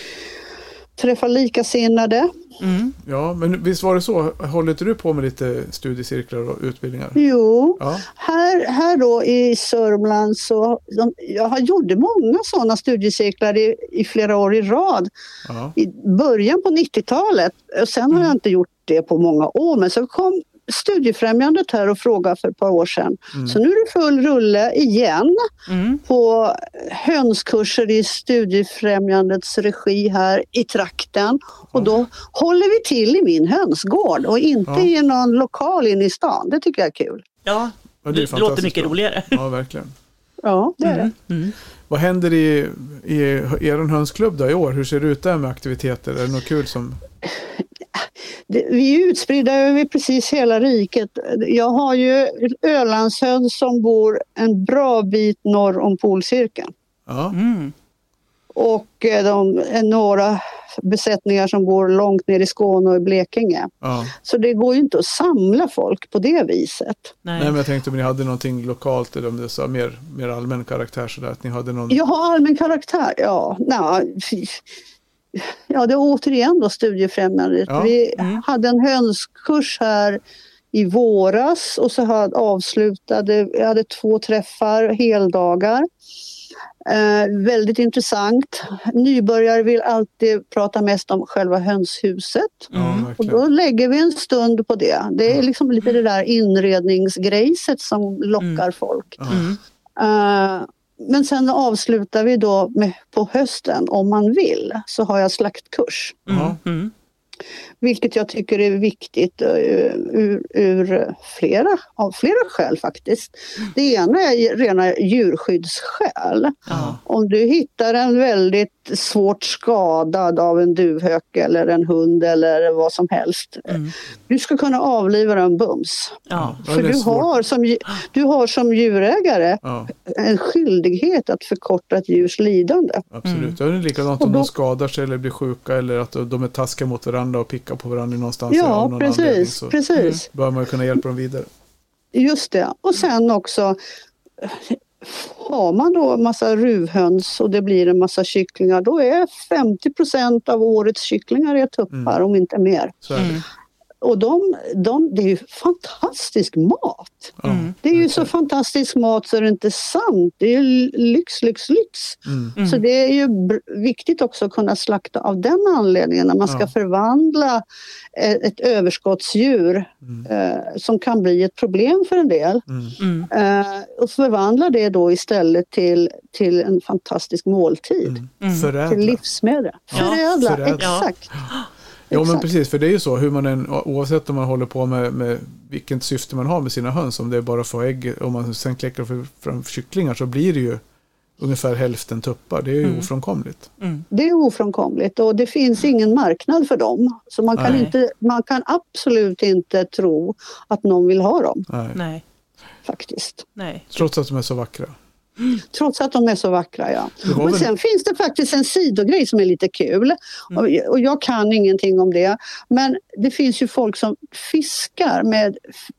Speaker 3: Träffa likasinnade.
Speaker 1: Mm.
Speaker 2: Ja, men visst var det så? Håller inte du på med lite studiecirklar och utbildningar?
Speaker 3: Jo,
Speaker 2: ja.
Speaker 3: här, här då i Sörmland så de, jag har gjort många sådana studiecirklar i, i flera år i rad.
Speaker 2: Ja.
Speaker 3: I början på nittiotalet. Och sen mm. har jag inte gjort det på många år, men så kom Studiefrämjandet här och frågade för ett par år sedan. Mm. Så nu är det full rulle igen mm. på hönskurser i Studiefrämjandets regi här i trakten. Och då håller vi till i min hönsgård och inte ja. i någon lokal in i stan. Det tycker jag är kul.
Speaker 1: Ja, det, det, det låter mycket roligare.
Speaker 2: Ja, verkligen.
Speaker 3: Ja, det är
Speaker 1: mm.
Speaker 3: det.
Speaker 1: Mm.
Speaker 2: Vad händer i, i er hönsklubb då i år? Hur ser det ut där med aktiviteter? Är det något kul som...
Speaker 3: Vi är utspridda över precis hela riket. Jag har ju Ölandshöns som bor en bra bit norr om polcirkeln.
Speaker 2: Ja.
Speaker 1: Mm.
Speaker 3: Och de är några besättningar som bor långt ner i Skåne och i Blekinge.
Speaker 2: Ja.
Speaker 3: Så det går ju inte att samla folk på det viset.
Speaker 2: Nej, Nej men jag tänkte om ni hade någonting lokalt eller om det så mer, mer allmän karaktär så där, att ni hade någon...
Speaker 3: Jag har allmän karaktär, ja. Nej, ja, det är återigen då Studiefrämjandet. Ja. Vi mm. hade en hönskurs här i våras och så hade avslutade, jag hade två träffar, heldagar. Eh, väldigt intressant. Nybörjare vill alltid prata mest om själva hönshuset.
Speaker 2: Mm.
Speaker 3: Och då lägger vi en stund på det. Det är liksom lite det där inredningsgrejset som lockar mm. folk.
Speaker 2: Mm.
Speaker 3: Eh, Men sen avslutar vi då med, på hösten, om man vill, så har jag slaktkurs.
Speaker 1: Mm. Mm.
Speaker 3: Vilket jag tycker är viktigt ur, ur flera, av flera skäl faktiskt. Det ena är rena djurskyddsskäl.
Speaker 1: Mm.
Speaker 3: Om du hittar en väldigt svårt skadad av en duvhök eller en hund eller vad som helst.
Speaker 1: Mm.
Speaker 3: Du ska kunna avliva den bums.
Speaker 1: Ja.
Speaker 3: För du har, som, du har som djurägare ja. en skyldighet att förkorta ett djurs lidande.
Speaker 2: Absolut. Mm. Det är likadant om då, de skadar sig eller blir sjuka eller att de är taskiga mot varandra och pickar på varandra någonstans.
Speaker 3: Ja,
Speaker 2: någon
Speaker 3: precis.
Speaker 2: Så
Speaker 3: precis.
Speaker 2: bör man kunna hjälpa dem vidare.
Speaker 3: Just det. Och sen också har man då en massa ruvhöns och det blir en massa kycklingar, då är femtio procent av årets kycklingar är tuppar, mm. om inte mer.
Speaker 2: Så är det.
Speaker 1: Mm.
Speaker 3: Och de, de, det är ju fantastisk mat.
Speaker 2: Mm.
Speaker 3: Det är ju så fantastisk mat så är det inte sant. Det är ju lyx, lyx, lyx.
Speaker 2: Mm.
Speaker 3: Så det är ju br- viktigt också att kunna slakta av den anledningen när man ska ja. förvandla ett, ett överskottsdjur mm. eh, som kan bli ett problem för en del.
Speaker 2: Mm.
Speaker 3: Eh, och förvandla det då istället till, till en fantastisk måltid.
Speaker 2: Mm. Mm. Förädla.
Speaker 3: Till livsmedel.
Speaker 1: Ja.
Speaker 3: Förädla,
Speaker 2: Förädla.
Speaker 3: exakt.
Speaker 2: Ja. Ja, men precis, för det är ju så, hur man än, oavsett om man håller på med, med vilket syfte man har med sina höns, om det är bara att få ägg, om man sen kläcker fram kycklingar så blir det ju ungefär hälften tuppar, det är ju mm. ofrånkomligt.
Speaker 1: Mm.
Speaker 3: Det är ofrånkomligt och det finns ingen marknad för dem, så man kan, inte, man kan absolut inte tro att någon vill ha dem.
Speaker 2: Nej.
Speaker 1: Nej.
Speaker 3: faktiskt.
Speaker 1: Nej.
Speaker 2: Trots att de är så vackra.
Speaker 3: Trots att de är så vackra, ja. Men
Speaker 2: väl...
Speaker 3: sen finns det faktiskt en sidogrej som är lite kul. Mm. Och, och jag kan ingenting om det. Men det finns ju folk som fiskar med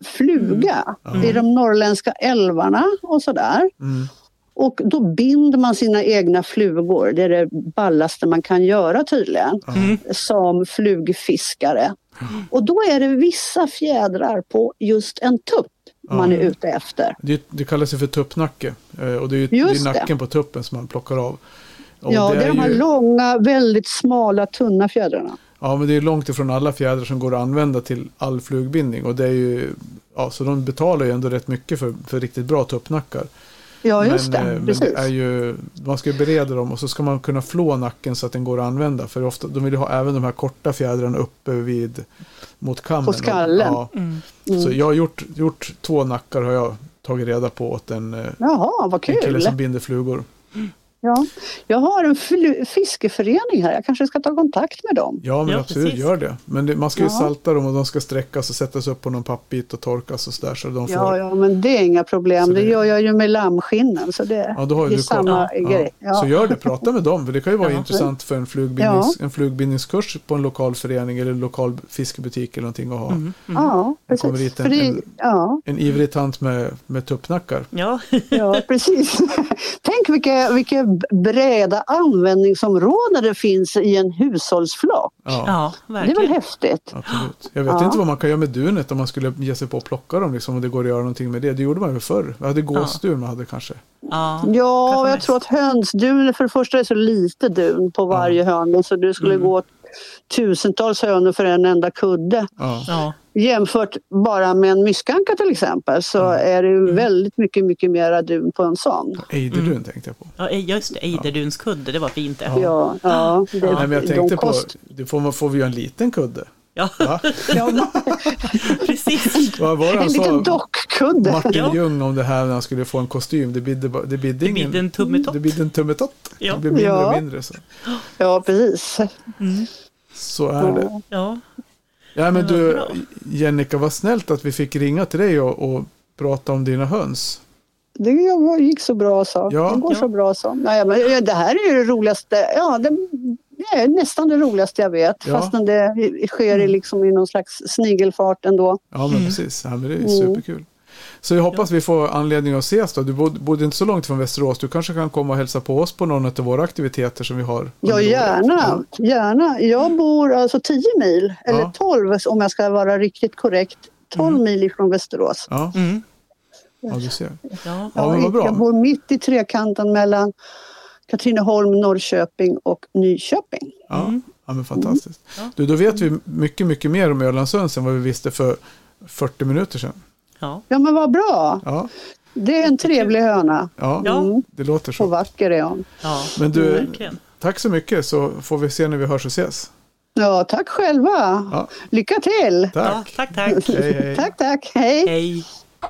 Speaker 3: fluga mm. i de norrländska älvarna och sådär. Mm. Och då binder man sina egna flugor. Det är det ballaste man kan göra tydligen. Mm. Som flugfiskare. Mm. Och då är det vissa fjädrar på just en tupp man är ute efter.
Speaker 2: Det, det kallas ju för tuppnacke. Och det är ju det är nacken på tuppen som man plockar av. Och
Speaker 3: ja, det är, det är de här ju... långa, väldigt smala, tunna fjädrarna.
Speaker 2: Ja, men det är långt ifrån alla fjädrar som går att använda till all flugbindning. Och det är ju, ja, så de betalar ju ändå rätt mycket för, för riktigt bra tuppnackar.
Speaker 3: Ja, just
Speaker 2: men,
Speaker 3: det.
Speaker 2: Men
Speaker 3: precis.
Speaker 2: det är ju, man ska ju bereda dem och så ska man kunna flå nacken så att den går att använda. För ofta, de vill ju ha även de här korta fjädrarna uppe vid mot kammen.
Speaker 3: På skallen.
Speaker 2: Ja. Mm. Så jag har gjort, gjort två nackar har jag tagit reda på åt en,
Speaker 3: Jaha, vad kul.
Speaker 2: en kille som binder flugor.
Speaker 3: Ja, jag har en fl- fiskeförening här. Jag kanske ska ta kontakt med dem.
Speaker 2: Ja, men
Speaker 1: ja,
Speaker 2: absolut,
Speaker 1: precis.
Speaker 2: gör det. Men det, man ska ju
Speaker 3: ja.
Speaker 2: salta dem och de ska sträckas och sättas upp på någon pappbit och torkas och sådär. Så de får...
Speaker 3: Ja, ja, men det är inga problem. Det... det gör jag ju med lammskinnen. Så det,
Speaker 2: ja, då har
Speaker 3: det är
Speaker 2: du
Speaker 3: samma
Speaker 2: ja.
Speaker 3: grej. Ja.
Speaker 2: Så gör det, prata med dem. För det kan ju vara
Speaker 3: ja.
Speaker 2: intressant för en, flugbindnings,
Speaker 3: ja.
Speaker 2: en flugbindningskurs på en lokal förening eller en lokal fiskebutik eller någonting att ha.
Speaker 3: Mm. Mm. Ja, precis.
Speaker 2: Det kommer dit en,
Speaker 3: det,
Speaker 2: en,
Speaker 3: ja.
Speaker 2: en ivrig tant med, med tuppnackar.
Speaker 1: Ja,
Speaker 3: ja precis. Tänk vilka, vilka breda användningsområden det finns i en hushållsflock.
Speaker 2: Ja,
Speaker 1: ja verkligen.
Speaker 3: Det är väl häftigt.
Speaker 2: Absolut. Jag vet
Speaker 3: ja.
Speaker 2: inte vad man kan göra med dunet om man skulle ge sig på att plocka dem. Liksom, om det går att göra någonting med det. Det gjorde man ju förr. Jag hade gåsdun man hade kanske.
Speaker 1: Ja,
Speaker 3: ja jag tror att hönsdun, för det första är så lite dun på varje ja. hön. Så det skulle mm. gå tusentals hönor för en enda kudde.
Speaker 2: Ja.
Speaker 1: Ja.
Speaker 3: Jämfört bara med en myskanka till exempel så ja. är det ju väldigt mycket, mycket mera dun på en sån.
Speaker 2: Ejderdun mm. tänkte jag på.
Speaker 1: Ja, just det. Ejderdunskudde, det var fint det.
Speaker 3: Ja, ja. ja det,
Speaker 2: ja. Nej, men jag tänkte
Speaker 3: de kost...
Speaker 2: på, det får, man, får vi ju en liten kudde.
Speaker 1: Ja,
Speaker 2: ja.
Speaker 1: precis.
Speaker 2: Vad var det han
Speaker 3: en
Speaker 2: sa?
Speaker 3: liten dockkudde.
Speaker 2: Martin
Speaker 1: ja.
Speaker 2: Ljung om det här när han skulle få en kostym. Det bidde, det bidde, ingen,
Speaker 1: det bidde en tummetott.
Speaker 2: Det bidde en tummetott.
Speaker 1: Ja.
Speaker 2: Det blir mindre
Speaker 3: ja.
Speaker 2: och mindre. Så.
Speaker 3: Ja, precis.
Speaker 1: Mm.
Speaker 2: Så är det.
Speaker 1: Ja.
Speaker 2: Ja, men du, Jennica, vad snällt att vi fick ringa till dig och, och prata om dina höns.
Speaker 3: Det gick så bra så.
Speaker 2: Ja.
Speaker 3: Det går
Speaker 1: ja.
Speaker 3: så bra så. Nej, men det här är ju det roligaste. Ja, det, det är nästan det roligaste jag vet.
Speaker 2: Ja.
Speaker 3: Fastän det sker i, liksom, i någon slags snigelfart ändå.
Speaker 2: Ja, men mm. precis. Ja, men det är superkul. Mm. Så jag hoppas ja. vi får anledning att ses då. Du bodde, bodde inte så långt från Västerås. Du kanske kan komma och hälsa på oss på någon av våra aktiviteter som vi har.
Speaker 3: Ja, gärna. gärna. Jag bor alltså tio mil, eller ja. tolv om jag ska vara riktigt korrekt. tolv mm. mil ifrån Västerås.
Speaker 2: Ja, mm. ja du ser.
Speaker 1: Ja.
Speaker 2: Ja, men vad bra.
Speaker 3: Jag bor mitt i trekanten mellan Katrineholm, Norrköping och Nyköping.
Speaker 2: Ja, mm. ja men fantastiskt. Mm. Du, då vet vi mycket, mycket mer om Ölandshöns än vad vi visste för fyrtio minuter sedan.
Speaker 1: Ja,
Speaker 3: ja men vad bra.
Speaker 2: Ja.
Speaker 3: Det är en trevlig höna.
Speaker 2: Ja, mm. det låter så.
Speaker 3: Och vacker är hon.
Speaker 1: Ja,
Speaker 2: men du,
Speaker 1: verkligen.
Speaker 2: Tack så mycket så får vi se när vi hörs och ses.
Speaker 3: Ja, tack själva. Ja. Lycka till.
Speaker 2: Tack.
Speaker 1: Ja, tack, tack.
Speaker 2: Hej, hej.
Speaker 3: Tack, tack. Hej.
Speaker 1: Hej.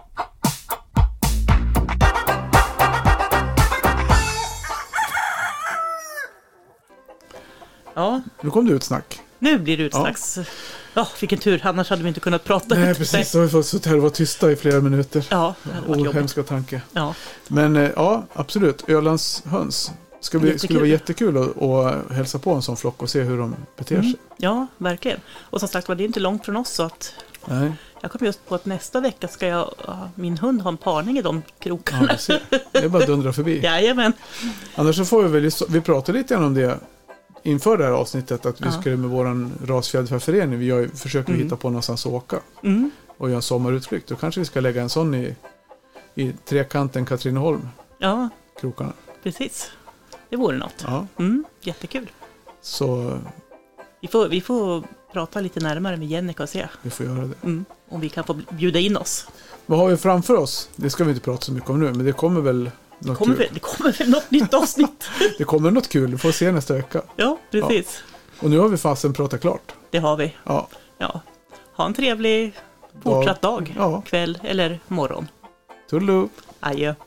Speaker 1: Ja.
Speaker 2: Nu kom det ut snack.
Speaker 1: Nu blir det utsnacks. Ja. Ja, vilken tur. Annars hade vi inte kunnat prata.
Speaker 2: Nej, precis. Så har vi fått sitta här och vara tysta i flera minuter.
Speaker 1: Ja, det hade varit
Speaker 2: oh,
Speaker 1: jobbigt.
Speaker 2: hemska tanke.
Speaker 1: Ja.
Speaker 2: Men ja, absolut. Ölandshöns. Ska bli, skulle vara jättekul att, att hälsa på en sån flock och se hur de beter sig. Mm.
Speaker 1: Ja, verkligen. Och som sagt var, det är inte långt från oss så att...
Speaker 2: Nej.
Speaker 1: Jag kom just på att nästa vecka ska jag, min hund ha en parning i de krokarna.
Speaker 2: Ja, det är bara att dundra förbi.
Speaker 1: Jajamän.
Speaker 2: Annars så får vi väl, vi pratade lite grann om det inför det här avsnittet, att vi ja. skulle med våran rasfjäderfäförening, vi har, försöker mm. hitta på någonstans att åka
Speaker 1: mm.
Speaker 2: och göra en sommarutflykt. Då kanske vi ska lägga en sån i, i trekanten Katrineholm.
Speaker 1: Ja,
Speaker 2: krokarna.
Speaker 1: Precis. Det vore något.
Speaker 2: Ja.
Speaker 1: Mm, jättekul.
Speaker 2: Så...
Speaker 1: Vi får, vi får prata lite närmare med Jennica och se.
Speaker 2: Vi får göra det.
Speaker 1: Mm, om vi kan få bjuda in oss.
Speaker 2: Vad har vi framför oss? Det ska vi inte prata så mycket om nu, men det kommer väl något
Speaker 1: det kommer
Speaker 2: kul.
Speaker 1: Väl, det kommer väl något nytt avsnitt.
Speaker 2: Det kommer något kul, vi får se nästa vecka.
Speaker 1: Ja, precis.
Speaker 2: Ja. Och nu har vi fasen pratat klart.
Speaker 1: Det har vi.
Speaker 2: Ja.
Speaker 1: Ja. Ha en trevlig fortsatt dag,
Speaker 2: ja.
Speaker 1: kväll eller morgon.
Speaker 2: Tullu.
Speaker 1: Adjö.